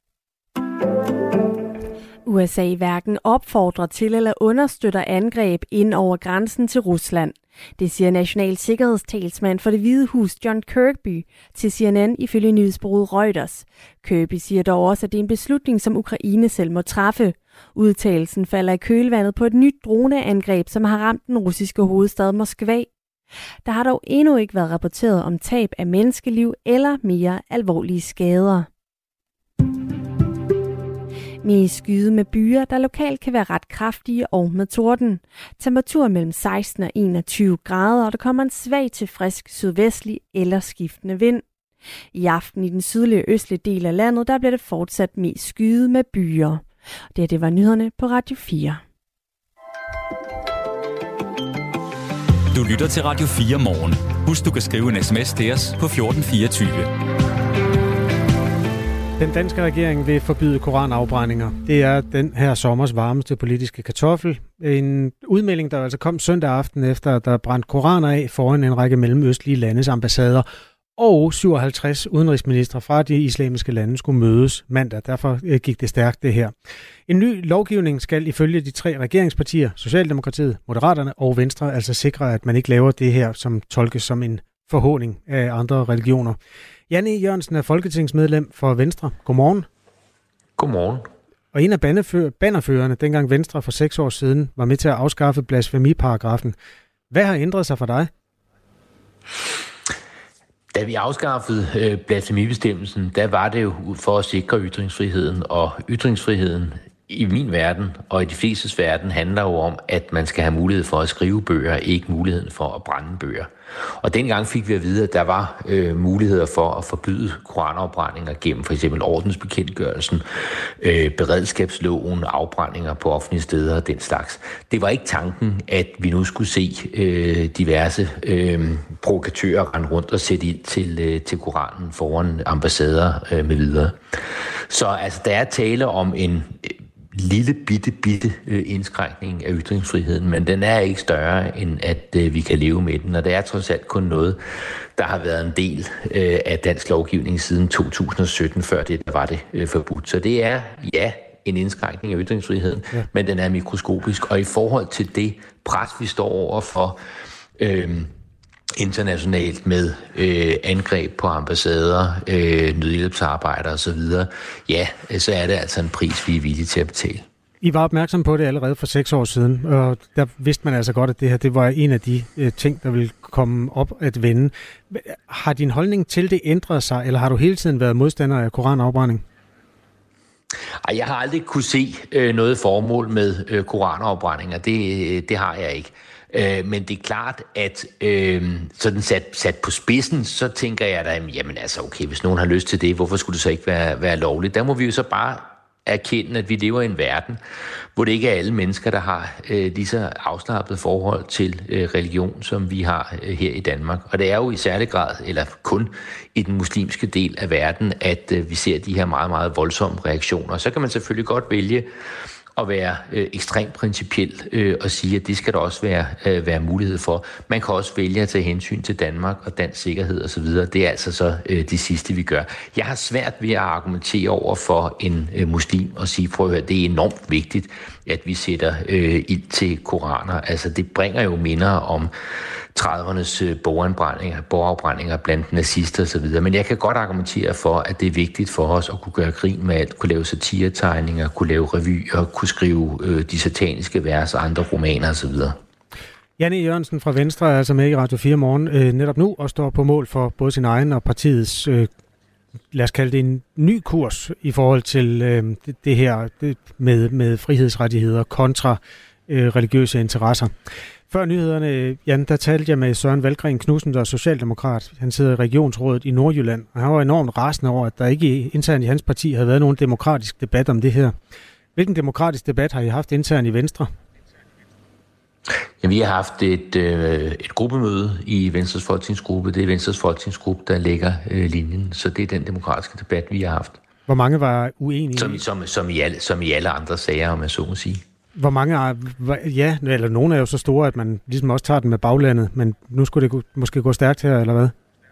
USA hverken opfordrer til eller understøtter angreb ind over grænsen til Rusland. Det siger national sikkerhedstalsmand for Det Hvide Hus John Kirby til CNN ifølge nyhedsbureauet Reuters. Kirby siger dog også, at det er en beslutning, som Ukraine selv må træffe. Udtalelsen falder i kølvandet på et nyt droneangreb, som har ramt den russiske hovedstad Moskva. Der har dog endnu ikke været rapporteret om tab af menneskeliv eller mere alvorlige skader. Mest skyde med byer, der lokalt kan være ret kraftige og med torden. Temperatur mellem 16 og 21 grader, og der kommer en svag til frisk sydvestlig eller skiftende vind. I aften i den sydlige og østlige del af landet, der bliver det fortsat mest skyde med byer. Det var nyhederne på Radio 4. Du lytter til Radio 4 morgen. Husk, du kan skrive en sms til os på 1424. Den danske regering vil forbyde koranafbrændinger. Det er den her sommers varmeste politiske kartoffel. En udmelding, der altså kom søndag aften efter, at der brændte koraner af foran en række mellemøstlige landes ambassader. Og 57 udenrigsministre fra de islamiske lande skulle mødes mandag. Derfor gik det stærkt det her. En ny lovgivning skal ifølge de 3 regeringspartier, Socialdemokratiet, Moderaterne og Venstre, altså sikre, at man ikke laver det her, som tolkes som en forhåning af andre religioner. Jan E. Jørgensen er folketingsmedlem for Venstre. Godmorgen. Godmorgen. Og en af bannerførerne, dengang Venstre for 6 år siden, var med til at afskaffe blasfemiparagrafen. Hvad har ændret sig for dig? Da vi afskaffede blasfemibestemmelsen, der var det jo for at sikre ytringsfriheden, og ytringsfriheden i min verden og i de flestes verden handler jo om, at man skal have mulighed for at skrive bøger, ikke muligheden for at brænde bøger. Og dengang fik vi at vide, at der var muligheder for at forbyde koranafbrændinger gennem for eksempel ordensbekendtgørelsen, beredskabsloven, afbrændinger på offentlige steder og den slags. Det var ikke tanken, at vi nu skulle se diverse provokatører rende rundt og sætte ild til Koranen foran ambassader med videre. Så altså, der er tale om en lille bitte indskrænkning af ytringsfriheden, men den er ikke større, end at vi kan leve med den, og det er trods alt kun noget, der har været en del af dansk lovgivning siden 2017, før det var det forbudt. Så det er, ja, en indskrænkning af ytringsfriheden, men den er mikroskopisk, og i forhold til det pres, vi står over for internationalt med angreb på ambassader, nødhjælpsarbejdere osv., ja, så er det altså en pris, vi er villige til at betale. I var opmærksom på det allerede for 6 år siden, og der vidste man altså godt, at det her det var en af de ting, der ville komme op at vende. Har din holdning til det ændret sig, eller har du hele tiden været modstander af koranafbrænding? Jeg har aldrig kunne se noget formål med koranafbrændinger. Det har jeg ikke. Men det er klart, at sådan sat på spidsen, så tænker jeg da, jamen altså okay, hvis nogen har lyst til det, hvorfor skulle det så ikke være lovligt? Der må vi jo så bare erkende, at vi lever i en verden, hvor det ikke er alle mennesker, der har lige så afslappet forhold til religion, som vi har her i Danmark. Og det er jo i særlig grad, eller kun i den muslimske del af verden, at vi ser de her meget, meget voldsomme reaktioner. Så kan man selvfølgelig godt vælge at være ekstremt principiel og sige, at det skal der også være mulighed for. Man kan også vælge at tage hensyn til Danmark og dansk sikkerhed osv. Det er altså så det sidste, vi gør. Jeg har svært ved at argumentere over for en muslim og sige, prøv at høre, det er enormt vigtigt, at vi sætter ild til koraner. Altså, det bringer jo minder om 30'ernes bogafbrændinger blandt nazister osv. Men jeg kan godt argumentere for, at det er vigtigt for os at kunne gøre grin med alt, kunne lave satiretegninger, kunne lave revyer, kunne skrive de sataniske vers og andre romaner osv. Jan E. Jørgensen fra Venstre er altså med i Radio 4 Morgen netop nu og står på mål for både sin egen og partiets, lad os kalde det en ny kurs i forhold til det her med frihedsrettigheder kontra religiøse interesser. Før nyhederne, Jan, der talte jeg med Søren Valgren Knudsen, der er socialdemokrat. Han sidder i regionsrådet i Nordjylland, og han var enormt rasende over, at der ikke internt i hans parti havde været nogen demokratisk debat om det her. Hvilken demokratisk debat har I haft internt i Venstre? Ja, vi har haft et gruppemøde i Venstres folketingsgruppe. Det er Venstres folketingsgruppe, der lægger linjen, så det er den demokratiske debat, vi har haft. Hvor mange var uenige? Som i alle andre sager, om jeg så må sige. Hvor mange ja, eller nogle er jo så store, at man ligesom også tager den med baglandet, men nu skulle det måske gå stærkt her, eller hvad?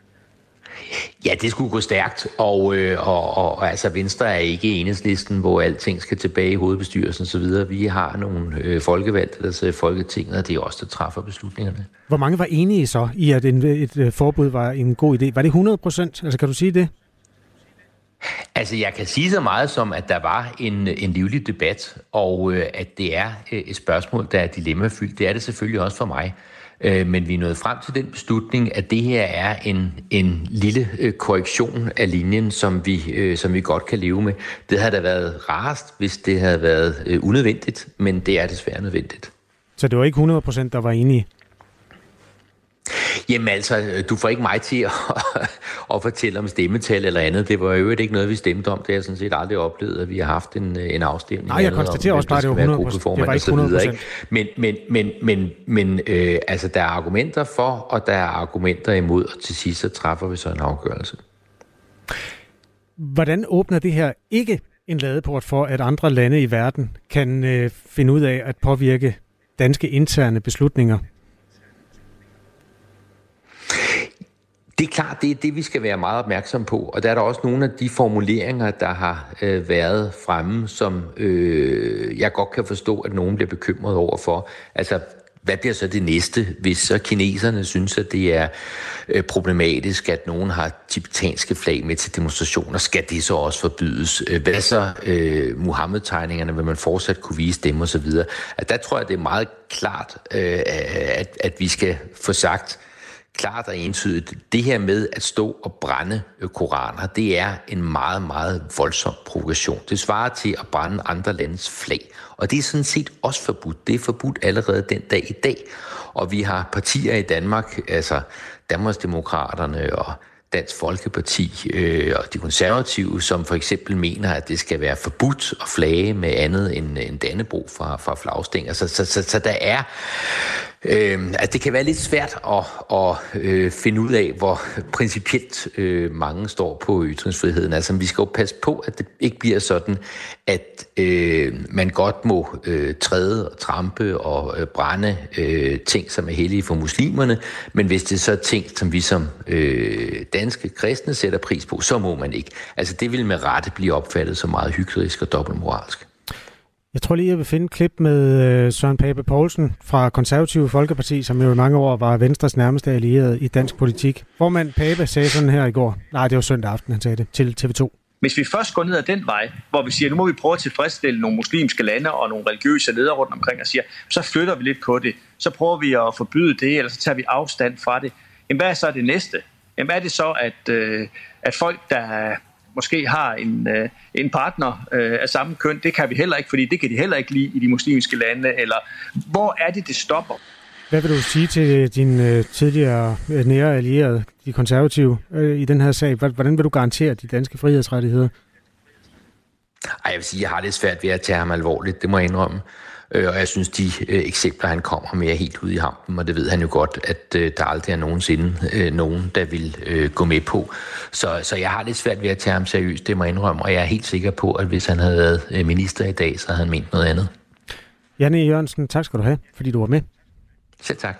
Ja, det skulle gå stærkt, og altså Venstre er ikke Enhedslisten, hvor alting skal tilbage i hovedbestyrelsen og så videre. Vi har nogle folkevalgte, der sidder i Folketinget, og det er også der træffer beslutningerne. Hvor mange var enige så i, at et forbud var en god idé? Var det 100%? Altså kan du sige det? Altså, jeg kan sige så meget som, at der var en livlig debat, og at det er et spørgsmål, der er dilemmafyldt. Det er det selvfølgelig også for mig. Men vi er nået frem til den beslutning, at det her er en lille korrektion af linjen, som vi godt kan leve med. Det havde da været rarest, hvis det havde været unødvendigt, men det er desværre nødvendigt. Så det var ikke 100%, der var enige? Jamen altså, du får ikke mig til at fortælle om stemmetal eller andet. Det var jo ikke noget, vi stemte om. Det har jeg sådan set aldrig oplevet, at vi har haft en afstemning. Nej, jeg konstaterer også bare, at det var 100%. Men altså, der er argumenter for, og der er argumenter imod, og til sidst så træffer vi så en afgørelse. Hvordan åbner det her ikke en ladeport for, at andre lande i verden kan finde ud af at påvirke danske interne beslutninger? Det er klart, det er det, vi skal være meget opmærksom på, og der er der også nogle af de formuleringer, der har været fremme, som jeg godt kan forstå, at nogen bliver bekymret over for. Altså, hvad bliver så det næste, hvis så kineserne synes, at det er problematisk, at nogen har tibetanske flag med til demonstrationer? Skal det så også forbydes? Hvad så Muhammed-tegningerne? Vil man fortsat kunne vise dem osv.? Der tror jeg, det er meget klart, at vi skal få sagt klart og entydigt, det her med at stå og brænde koraner, det er en meget, meget voldsom provokation. Det svarer til at brænde andre landes flag. Og det er sådan set også forbudt. Det er forbudt allerede den dag i dag. Og vi har partier i Danmark, altså Danmarksdemokraterne og Dansk Folkeparti og de konservative, som for eksempel mener, at det skal være forbudt at flage med andet end Dannebrog fra flagstænger. Så der er at det kan være lidt svært at finde ud af, hvor principielt mange står på ytringsfriheden. Altså, vi skal jo passe på, at det ikke bliver sådan, at man godt må træde og trampe og brænde ting, som er hellige for muslimerne, men hvis det er så ting, som vi som danske kristne sætter pris på, så må man ikke. Altså, det vil med rette blive opfattet som meget hyklerisk og dobbeltmoralsk. Jeg tror lige, jeg vil finde et klip med Søren Pape Poulsen fra Konservative Folkeparti, som jo i mange år var Venstres nærmeste allierede i dansk politik. Formand Pape sagde sådan her i går. Nej, det var søndag aften, han sagde det til TV2. Hvis vi først går ned ad den vej, hvor vi siger, nu må vi prøve at tilfredsstille nogle muslimske lande og nogle religiøse ledere rundt omkring og siger, så flytter vi lidt på det, så prøver vi at forbyde det, eller så tager vi afstand fra det. Jamen, hvad er så det næste? Jamen, er det så, at folk, der måske har en partner af samme køn, det kan vi heller ikke, fordi det kan de heller ikke lide i de muslimske lande, eller hvor er det stopper? Hvad vil du sige til din tidligere nære allierede, de konservative, i den her sag? Hvordan vil du garantere de danske frihedsrettigheder? Jeg vil sige, jeg har lidt svært ved at tage ham alvorligt, det må jeg indrømme. Og jeg synes, de eksempler, han kommer med, er helt ude i hampen, og det ved han jo godt, at der aldrig er nogensinde nogen, der vil gå med på. Så jeg har lidt svært ved at tage ham seriøst, det må jeg indrømme, og jeg er helt sikker på, at hvis han havde været minister i dag, så havde han ment noget andet. Jan E. Jørgensen, tak skal du have, fordi du var med. Selv tak.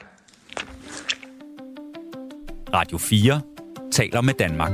Radio 4 taler med Danmark.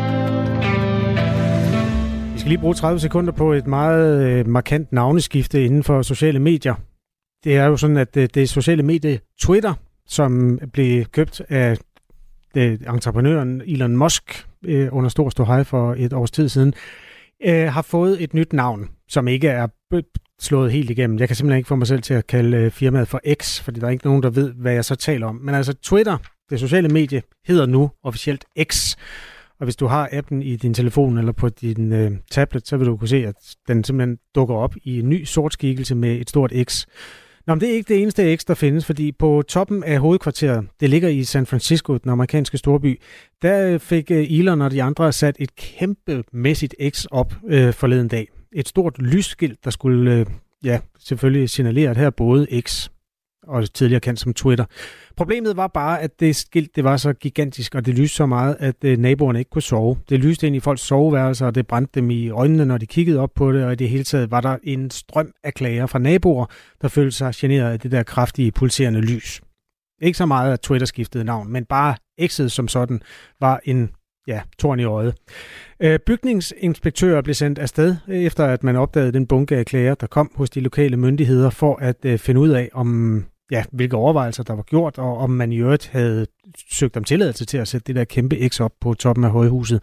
Vi skal lige bruge 30 sekunder på et meget markant navneskifte inden for sociale medier. Det er jo sådan, at det sociale medie Twitter, som blev købt af entreprenøren Elon Musk under stor ståhej for et års tid siden, har fået et nyt navn, som ikke er slået helt igennem. Jeg kan simpelthen ikke få mig selv til at kalde firmaet for X, fordi der er ikke nogen, der ved, hvad jeg så taler om. Men altså Twitter, det sociale medie, hedder nu officielt X. Og hvis du har appen i din telefon eller på din tablet, så vil du kunne se, at den simpelthen dukker op i en ny sort skikkelse med et stort X. Nå, men det er ikke det eneste X, der findes, fordi på toppen af hovedkvarteret, det ligger i San Francisco, den amerikanske storby, der fik Elon og de andre sat et kæmpemæssigt X op forleden dag. Et stort lysskilt, der skulle selvfølgelig signalere, at her både X og tidligere kendt som Twitter. Problemet var bare, at det skilt det var så gigantisk, og det lyste så meget, at naboerne ikke kunne sove. Det lyste ind i folks soveværelser, og det brændte dem i øjnene, når de kiggede op på det, og i det hele taget var der en strøm af klager fra naboer, der følte sig generet af det der kraftige, pulserende lys. Ikke så meget, at Twitter skiftede navn, men bare X'et som sådan var en torn i øjet. Bygningsinspektører blev sendt afsted, efter at man opdagede den bunke af klager, der kom hos de lokale myndigheder, for at finde ud af, om hvilke overvejelser der var gjort, og om man i øvrigt havde søgt om tilladelse til at sætte det der kæmpe X op på toppen af højhuset.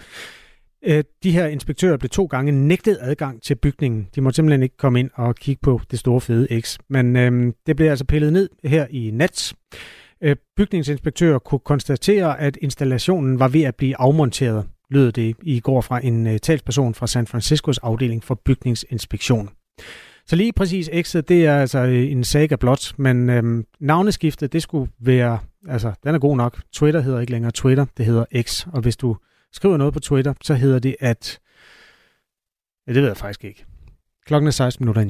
De her inspektører blev 2 gange nægtet adgang til bygningen. De måtte simpelthen ikke komme ind og kigge på det store fede X. Men det blev altså pillet ned her i nat. Bygningsinspektører kunne konstatere, at installationen var ved at blive afmonteret, lød det i går fra en talsperson fra San Franciscos afdeling for bygningsinspektion. Så lige præcis X'et, det er altså en saga blot, men navneskiftet, det skulle være, altså den er god nok. Twitter hedder ikke længere Twitter, det hedder X, og hvis du skriver noget på Twitter, så hedder det det ved jeg faktisk ikke. Klokken er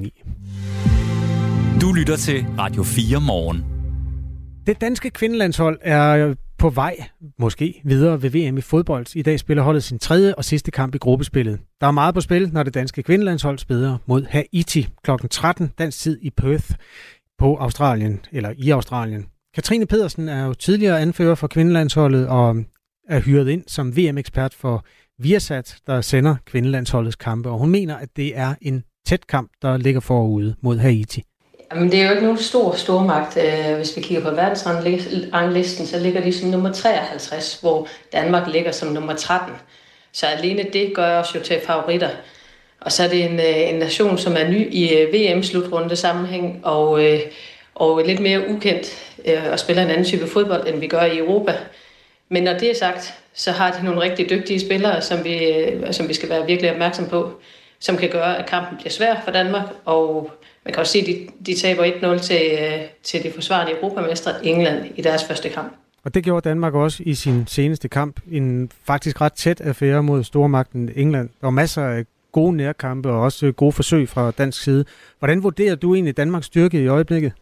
16:09. Du lytter til Radio 4 morgen. Det danske kvindelandshold er på vej, måske, videre ved VM i fodbold. I dag spiller holdet sin 3. og sidste kamp i gruppespillet. Der er meget på spil, når det danske kvindelandshold spiller mod Haiti kl. 13 dansk tid i Perth på Australien, eller i Australien. Katrine Pedersen er jo tidligere anfører for kvindelandsholdet og er hyret ind som VM-ekspert for Viasat, der sender kvindelandsholdets kampe. Og hun mener, at det er en tæt kamp, der ligger forude mod Haiti. Jamen, det er jo ikke nogen stormagt. Hvis vi kigger på verdensranglisten, så ligger de som nummer 53, hvor Danmark ligger som nummer 13. Så alene det gør os jo til favoritter. Og så er det en nation, som er ny i VM-slutrunde sammenhæng, og lidt mere ukendt og spiller en anden type fodbold, end vi gør i Europa. Men når det er sagt, så har de nogle rigtig dygtige spillere, som vi skal være virkelig opmærksom på, som kan gøre, at kampen bliver svær for Danmark. Og man kan også sige, at de taber 1-0 til de forsvarende europamestre England i deres første kamp. Og det gjorde Danmark også i sin seneste kamp. En faktisk ret tæt affære mod stormagten England. Der var masser af gode nærkampe og også gode forsøg fra dansk side. Hvordan vurderer du egentlig Danmarks styrke i øjeblikket?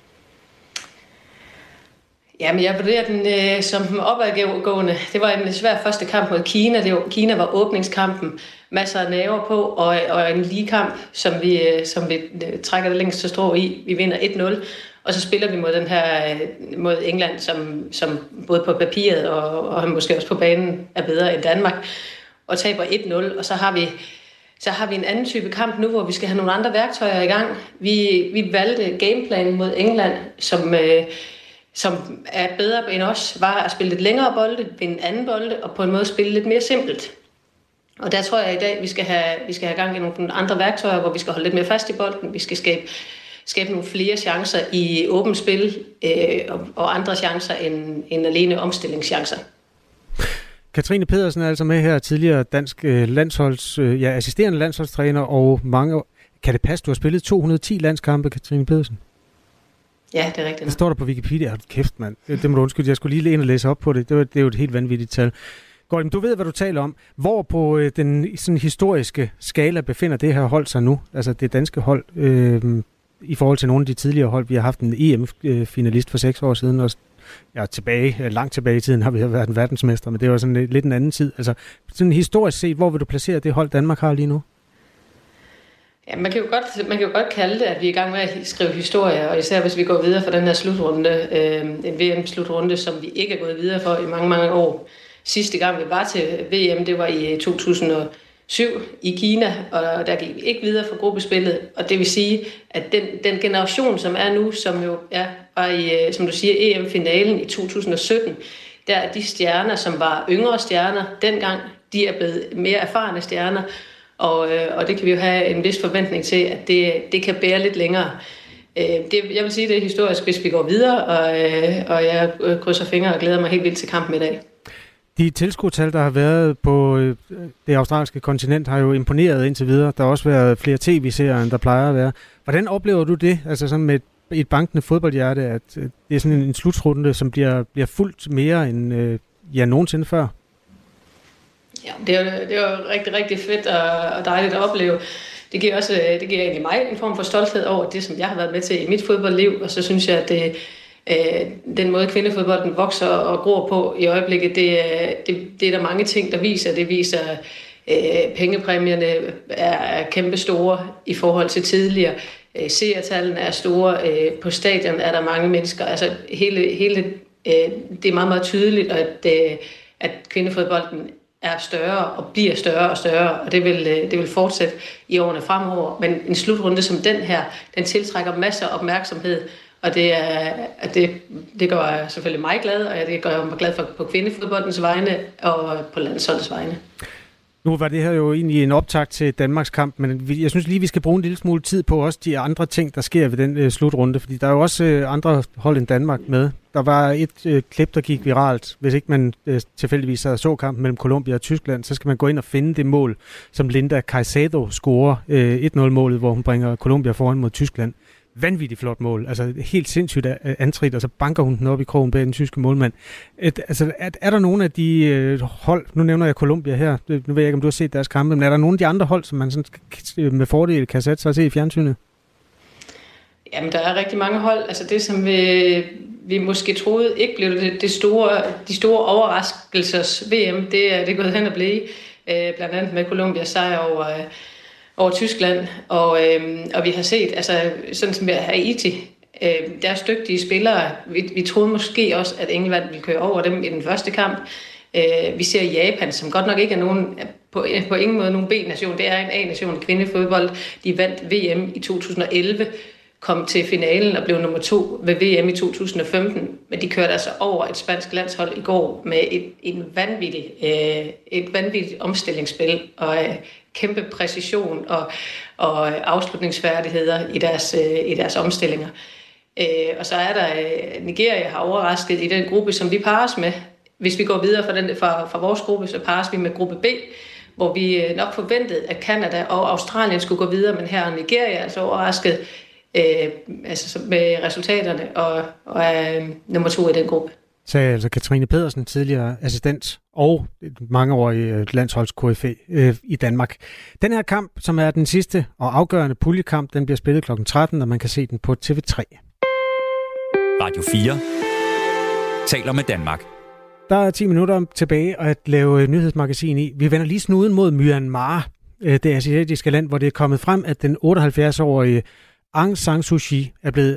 Jamen, jeg vurderer den som opadgående. Det var en svær første kamp mod Kina. Kina var åbningskampen. Masser af nerver på, og en lige kamp, som vi trækker det længste strå i. Vi vinder 1-0, og så spiller vi mod England, som både på papiret og måske også på banen er bedre end Danmark, og taber 1-0, og så har vi en anden type kamp nu, hvor vi skal have nogle andre værktøjer i gang. Vi valgte gameplanen mod England, som er bedre end os, var at spille lidt længere bolde, vinde anden bolde, og på en måde spille lidt mere simpelt. Og der tror jeg i dag, vi skal have gang i nogle andre værktøjer, hvor vi skal holde lidt mere fast i bolden. Vi skal skabe nogle flere chancer i åbent spil, og andre chancer end alene omstillingschancer. Katrine Pedersen er altså med her, tidligere dansk assisterende landsholdstræner, og mange. Kan det passe, du har spillet 210 landskampe, Katrine Pedersen? Ja, det er rigtigt. Det står der på Wikipedia. Hold kæft, mand. Det må du undskylde. Jeg skulle lige ind og læse op på det. Det er jo et helt vanvittigt tal. Godt, du ved, hvad du taler om. Hvor på den sådan historiske skala befinder det her hold sig nu? Altså det danske hold, i forhold til nogle af de tidligere hold. Vi har haft en EM-finalist for 6 år siden, og langt tilbage i tiden har vi været en verdensmester, men det var sådan lidt en anden tid. Altså sådan historisk set, hvor vil du placere det hold, Danmark har lige nu? Ja, man kan jo godt kalde det, at vi er i gang med at skrive historie, og især hvis vi går videre fra den her slutrunde, en VM-slutrunde, som vi ikke er gået videre for i mange, mange år. Sidste gang vi var til VM, det var i 2007 i Kina, og der gik vi ikke videre for gruppespillet, og det vil sige, at den generation, som er nu, som jo var i, som du siger, EM-finalen i 2017, der er de stjerner, som var yngre stjerner dengang, de er blevet mere erfarne stjerner, og det kan vi jo have en vis forventning til, at det kan bære lidt længere. Jeg vil sige, det er historisk, hvis vi går videre, og jeg krydser fingre og glæder mig helt vildt til kampen i dag. De tilskuertal, der har været på det australske kontinent, har jo imponeret indtil videre. Der har også været flere tv-serier, end der plejer at være. Hvordan oplever du det, altså sådan med et bankende fodboldhjerte, at det er sådan en slutrunde, som bliver fuldt mere end nogensinde før? Ja, det er jo rigtig, rigtig fedt og dejligt at opleve. Det giver egentlig mig en form for stolthed over det, som jeg har været med til i mit fodboldliv, og så synes jeg, at den måde kvindefodbolden vokser og gror på i øjeblikket, det er der mange ting, der viser. Det viser, pengepræmierne er kæmpe store i forhold til tidligere. Seertallene er store. På stadion er der mange mennesker. Altså det er meget, meget tydeligt, at kvindefodbolden er større og bliver større og større, og det vil fortsætte i årene fremover. Men en slutrunde som den her, den tiltrækker masser af opmærksomhed, og det gør jeg selvfølgelig mig glad, og det gør jeg mig glad for på kvindefodboldens vegne og på landsholdets vegne. Nu var det her jo egentlig en optakt til Danmarks kamp, men jeg synes lige, vi skal bruge en lille smule tid på også de andre ting, der sker ved den slutrunde, fordi der er jo også andre hold end Danmark med. Der var et klip, der gik viralt. Hvis ikke man tilfældigvis så kampen mellem Colombia og Tyskland, så skal man gå ind og finde det mål, som Linda Caicedo scorer 1-0-målet, hvor hun bringer Colombia foran mod Tyskland. Vanvittigt flot mål. Altså helt sindssygt antrit, og så banker hun den op i krogen bag den tyske målmand. Er der nogle af de hold, nu nævner jeg Colombia her, nu ved jeg ikke, om du har set deres kampe, men er der nogle af de andre hold, som man sådan med fordel kan sætte sig og se i fjernsynet? Jamen, der er rigtig mange hold. Altså det, som vi måske troede ikke blev de store overraskelsers VM, det er gået hen at blive. Blandt andet med Colombias sejr over Tyskland, og vi har set, altså sådan som Haiti, deres dygtige spillere, vi troede måske også, at England ville køre over dem i den første kamp. Vi ser Japan, som godt nok ikke er nogen, på ingen måde nogen B-nation, det er en A-nation i kvindefodbold. De vandt VM i 2011, kom til finalen og blev nummer 2 ved VM i 2015. Men de kørte altså over et spansk landshold i går med et vanvittigt omstillingsspil og kæmpe præcision og afslutningsfærdigheder i deres omstillinger. Og så er der Nigeria har overrasket i den gruppe, som vi pares med. Hvis vi går videre fra vores gruppe, så pares vi med gruppe B, hvor vi nok forventede, at Canada og Australien skulle gå videre, men her er Nigeria altså overrasket med resultaterne og er nummer 2 i den gruppe. Sagde altså Katrine Pedersen, tidligere assistent og mangeårig landsholds-KFA i Danmark. Den her kamp, som er den sidste og afgørende puljekamp, den bliver spillet kl. 13, og man kan se den på TV3. Radio 4 taler med Danmark. Der er 10 minutter tilbage at lave nyhedsmagasin i. Vi vender lige snuden mod Myanmar, det asiatiske land, hvor det er kommet frem, at den 78-årige Aung San Suu Kyi er blevet...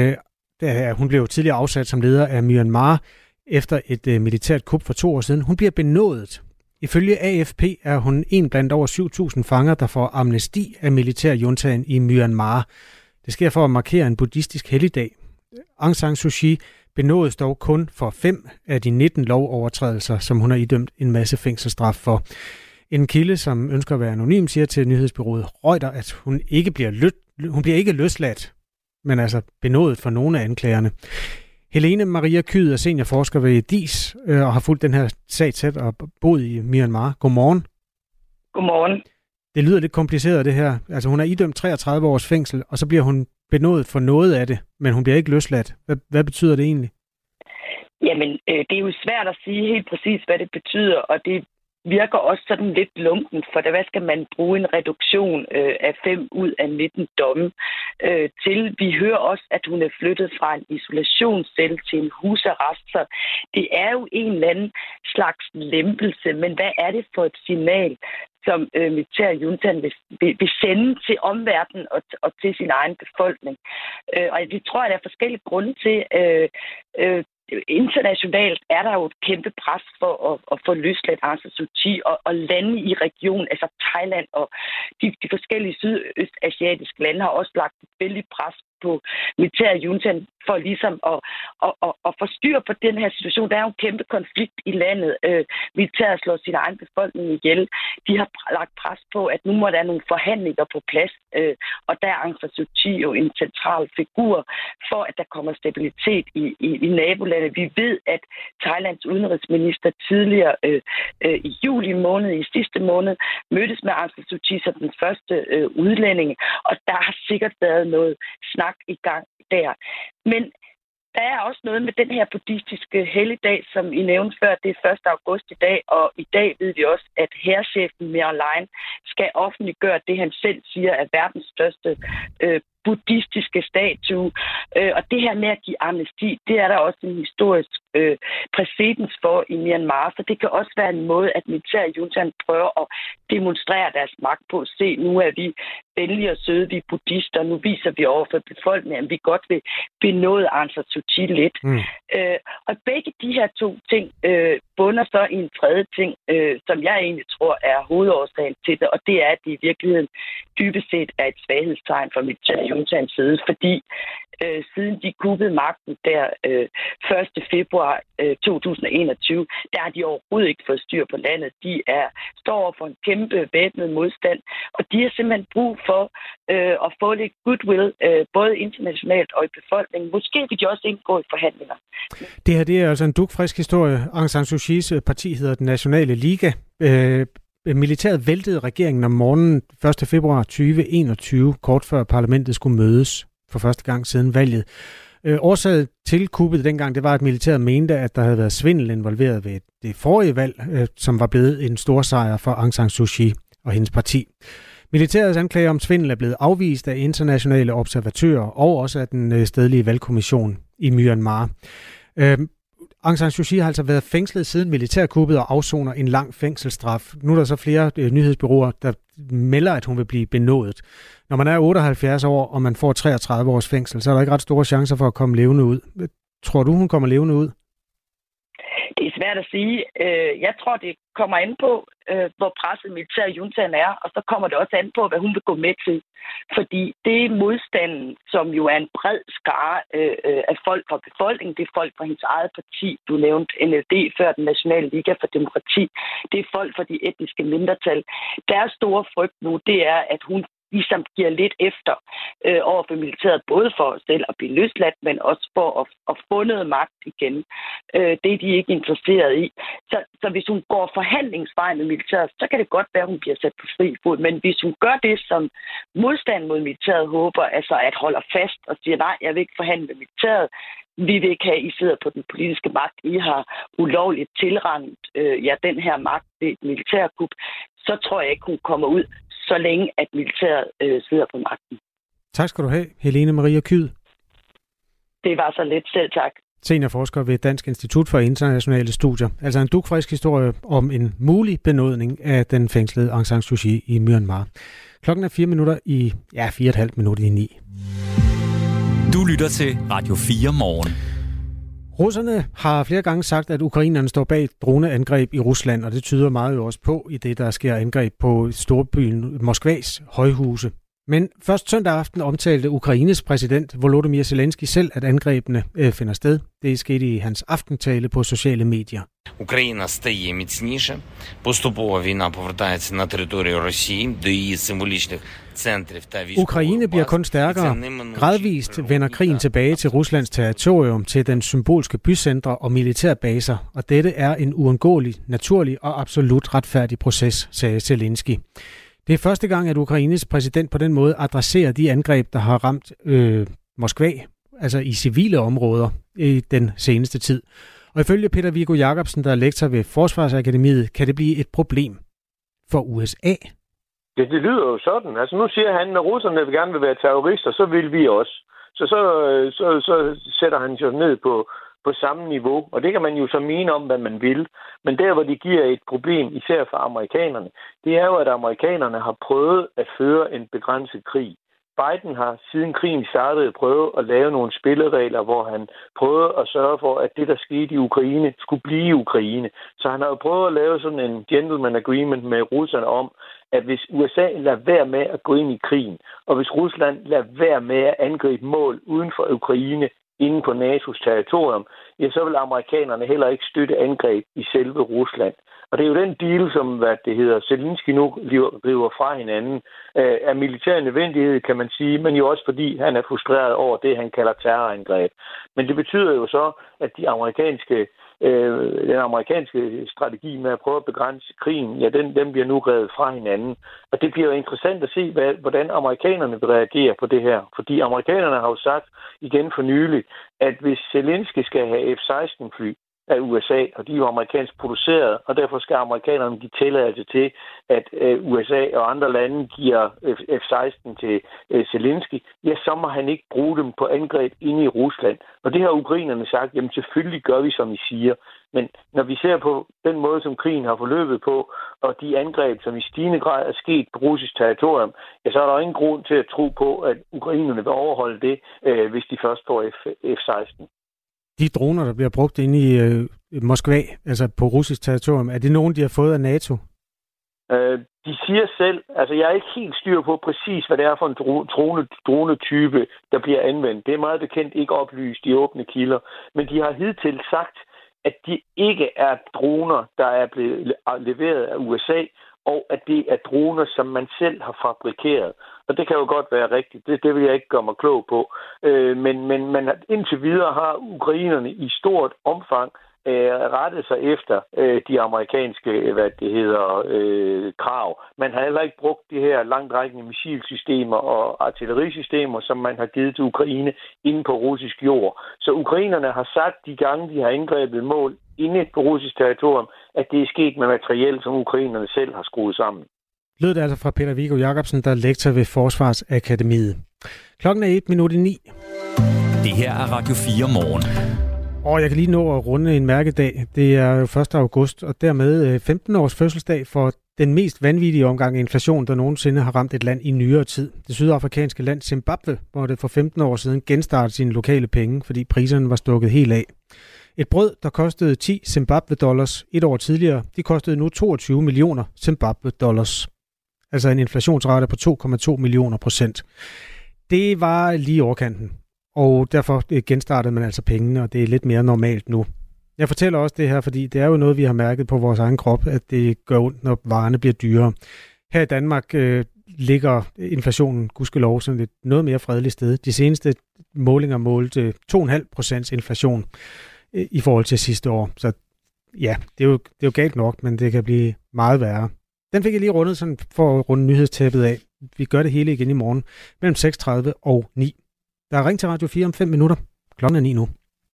hun blev tidligere afsat som leder af Myanmar efter et militært kup for 2 år siden. Hun bliver benådet. Ifølge AFP er hun en blandt over 7.000 fanger, der får amnesti af militærjuntaen i Myanmar. Det sker for at markere en buddhistisk helligdag. Aung San Suu Kyi benådes dog kun for 5 af de 19 lovovertrædelser, som hun har idømt en masse fængselsstraf for. En kilde, som ønsker at være anonym, siger til nyhedsbureauet Reuters, at hun bliver ikke løsladt, men altså benådet for nogle af anklagerne. Helene Maria Kyed er seniorforsker ved DIS og har fulgt den her sag tæt og boet i Myanmar. Godmorgen. Godmorgen. Det lyder lidt kompliceret, det her. Altså hun er idømt 33 års fængsel, og så bliver hun benådet for noget af det, men hun bliver ikke løsladt. Hvad betyder det egentlig? Jamen, det er jo svært at sige helt præcis, hvad det betyder, og det virker også sådan lidt lunken, for hvad skal man bruge en reduktion af 5 ud af 19 domme til? Vi hører også, at hun er flyttet fra en isolationscelle til en husarrest, så det er jo en eller anden slags lempelse, men hvad er det for et signal, som militærjuntaen vil sende til omverdenen og til sin egen befolkning? Og det tror jeg, der er forskellige grunde til. Internationalt er der jo et kæmpe pres for at få løsladt Aung San Suu Kyi og lande i regionen, altså Thailand og de forskellige sydøstasiatiske lande har også lagt et vældig pres på militærjuntaen for ligesom at få styr på den her situation. Der er jo en kæmpe konflikt i landet. Militæret slår sin egen befolkning ihjel. De har lagt pres på, at nu må der nogle forhandlinger på plads, og der er Aung San Suu Kyi jo en central figur for, at der kommer stabilitet i nabolandet. Vi ved, at Thailands udenrigsminister tidligere i juli måned, i sidste måned, mødtes med Aung San Suu Kyi som den første udlænding, og der har sikkert været noget snak i gang der. Men der er også noget med den her buddhistiske helligdag, som I nævnte før, det er 1. august i dag, og i dag ved vi også, at hærchefen Myr Lein skal offentliggøre det, han selv siger er verdens største buddhistiske statue. Og det her med at give amnesti, det er der også en historisk præcedens for i Myanmar, så det kan også være en måde, at militærjuntaen prøver at demonstrere deres magt på. Se, nu er vi venlige og søde, vi er buddhister, nu viser vi over for befolkningen, at vi godt vil benåde Aung San Suu Kyi lidt. Og begge de her 2 ting bunder så i en tredje ting, som jeg egentlig tror er hovedårsagen til det, og det er, at det i virkeligheden dybest set er et svaghedstegn for militærjuntaens side, fordi siden de kuppede magten der 1. februar 2021, der har de overhovedet ikke fået styr på landet. De står over for en kæmpe væbnet modstand, og de har simpelthen brug for at få lidt goodwill, både internationalt og i befolkningen. Måske vil de også indgå i forhandlinger. Det her det er altså en dugfrisk historie. Aung San Suu Kyis parti hedder Den Nationale Liga. Militæret væltede regeringen om morgenen 1. februar 2021, kort før parlamentet skulle mødes for første gang siden valget. Årsaget til kuppet dengang, det var, at militæret mente, at der havde været svindel involveret ved det forrige valg, som var blevet en stor sejr for Aung San Suu Kyi og hendes parti. Militærets anklager om svindel er blevet afvist af internationale observatører og også af den stedlige valgkommission i Myanmar. Aung San Suu Kyi har altså været fængslet siden militærkuppet og afsoner en lang fængselsstraf. Nu er der så flere nyhedsbureauer, der melder, at hun vil blive benådet. Når man er 78 år, og man får 33 års fængsel, så er der ikke ret store chancer for at komme levende ud. Tror du, hun kommer levende ud? Det er svært at sige. Jeg tror, det kommer an på, hvor presset militærjuntaen er, og så kommer det også an på, hvad hun vil gå med til. Fordi det er modstanden, som jo er en bred skare af folk fra befolkningen, det er folk fra hendes eget parti, du nævnte NLD før, den Nationale Liga for Demokrati, det er folk fra de etniske mindretal. Deres store frygt nu, det er, at hun ligesom giver lidt efter over for militæret, både for selv at blive løsladt, men også for at få noget magt igen. Det er de ikke interesseret i. Så hvis hun går forhandlingsvejen med militæret, så kan det godt være, at hun bliver sat på fri fod. Men hvis hun gør det, som modstand mod militæret håber, altså at holder fast og siger, nej, jeg vil ikke forhandle med militæret, vi vil ikke have, I sidder på den politiske magt, I har ulovligt tilrendt den her magt ved et militærkup, så tror jeg ikke, hun kommer ud, så længe at militæret sidder på magten. Tak skal du have, Helene Maria Kyed. Det var så lidt. Selv tak. Seniorforsker ved Dansk Institut for Internationale Studier. Altså en dugfrisk historie om en mulig benådning af den fængslede Aung San Suu Kyi i Myanmar. Klokken er 4:04 minutter i 9. Du lytter til Radio 4 morgen. Russerne har flere gange sagt, at ukrainerne står bag droneangreb i Rusland, og det tyder meget jo også på i det, der sker angreb på storbyen Moskvas højhuse. Men først søndag aften omtalte Ukraines præsident Volodymyr Zelensky selv, at angrebene finder sted. Det skete i hans aftentale på sociale medier. Україна стає міцніше. Поступово війна повертається на територію Росії до її символічних центрів та військових. Ukraine bliver kun stærkere. Gradvist vender krigen tilbage til Ruslands territorium, til den symbolske bycentre og militærbaser, og dette er en uundgåelig, naturlig og absolut retfærdig proces, sagde Zelensky. Det er første gang, at Ukraines præsident på den måde adresserer de angreb, der har ramt Moskva, altså i civile områder, i den seneste tid. Og ifølge Peter Viggo Jacobsen, der er lektor ved Forsvarsakademiet, kan det blive et problem for USA. Det lyder jo sådan. Altså nu siger han, at russerne gerne vil være terrorister, så vil vi også. Så sætter han sig ned på samme niveau, og det kan man jo så mene om, hvad man vil. Men der, hvor det giver et problem, især for amerikanerne, det er jo, at amerikanerne har prøvet at føre en begrænset krig. Biden har siden krigen startede prøvet at lave nogle spilleregler, hvor han prøvede at sørge for, at det, der skete i Ukraine, skulle blive i Ukraine. Så han har jo prøvet at lave sådan en gentleman agreement med russerne om, at hvis USA lader være med at gå ind i krigen, og hvis Rusland lader være med at angribe mål uden for Ukraine, inden på NATO's territorium, ja, så vil amerikanerne heller ikke støtte angreb i selve Rusland. Og det er jo den deal, som Zelensky nu river fra hinanden, af militær nødvendighed, kan man sige, men jo også fordi han er frustreret over det, han kalder terrorangreb. Men det betyder jo så, at den amerikanske strategi med at prøve at begrænse krigen, ja, den bliver nu revet fra hinanden. Og det bliver jo interessant at se, hvordan amerikanerne vil reagere på det her. Fordi amerikanerne har jo sagt igen for nylig, at hvis Zelensky skal have F-16-fly af USA, og de er jo amerikansk produceret, og derfor skal amerikanerne give tilladelse til, at USA og andre lande giver F-16 til Zelensky, ja, så må han ikke bruge dem på angreb inde i Rusland. Og det har ukrainerne sagt, jamen selvfølgelig gør vi, som I siger. Men når vi ser på den måde, som krigen har forløbet på, og de angreb, som i stigende grad er sket på russisk territorium, ja, så er der ingen grund til at tro på, at ukrainerne vil overholde det, hvis de først får F-16. De droner, der bliver brugt inde i Moskva, altså på russisk territorium, er det nogen, de har fået af NATO? De siger selv, altså jeg er ikke helt styr på præcis, hvad det er for en dronetype, der bliver anvendt. Det er meget bekendt ikke oplyst i åbne kilder, men de har hidtil sagt, at de ikke er droner, der er blevet leveret af USA, og at det er droner, som man selv har fabrikeret. Og det kan jo godt være rigtigt. Det vil jeg ikke gøre mig klog på. Men indtil videre har ukrainerne i stort omfang rettet sig efter de amerikanske krav. Man har heller ikke brugt de her langtrækkende missilsystemer og artillerisystemer, som man har givet til Ukraine inde på russisk jord. Så ukrainerne har sagt de gange, de har indgrebet mål inde på russisk territorium, at det er sket med materiel, som ukrainerne selv har skruet sammen. Lød det altså fra Peter Viggo Jacobsen, der er lektor ved Forsvarsakademiet. Klokken er 9:01. Det her er Radio 4 morgen. Og jeg kan lige nå at runde en mærkedag. Det er jo 1. august, og dermed 15 års fødselsdag for den mest vanvittige omgang inflation, der nogensinde har ramt et land i nyere tid. Det sydafrikanske land Zimbabwe måtte for 15 år siden genstarte sine lokale penge, fordi priserne var stukket helt af. Et brød, der kostede 10 Zimbabwe-dollars et år tidligere, de kostede nu 22 millioner Zimbabwe-dollars. Altså en inflationsrate på 2,2 millioner %. Det var lige overkanten, og derfor genstartede man altså pengene, og det er lidt mere normalt nu. Jeg fortæller også det her, fordi det er jo noget, vi har mærket på vores egen krop, at det gør ondt, når varerne bliver dyrere. Her i Danmark ligger inflationen, gudskelov, sådan et noget mere fredeligt sted. De seneste målinger målte 2,5% inflation i forhold til sidste år. Så ja, det er jo galt nok, men det kan blive meget værre. Den fik jeg lige rundet sådan for at runde nyhedstæppet af. Vi gør det hele igen i morgen mellem 6:30 og 9. Der er ring til Radio 4 om 5 minutter. Klokken er 9 nu.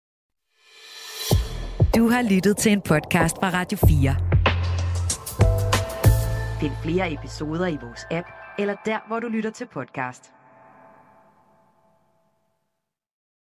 Du har lyttet til en podcast fra Radio 4. Find flere episoder i vores app, eller der, hvor du lytter til podcast.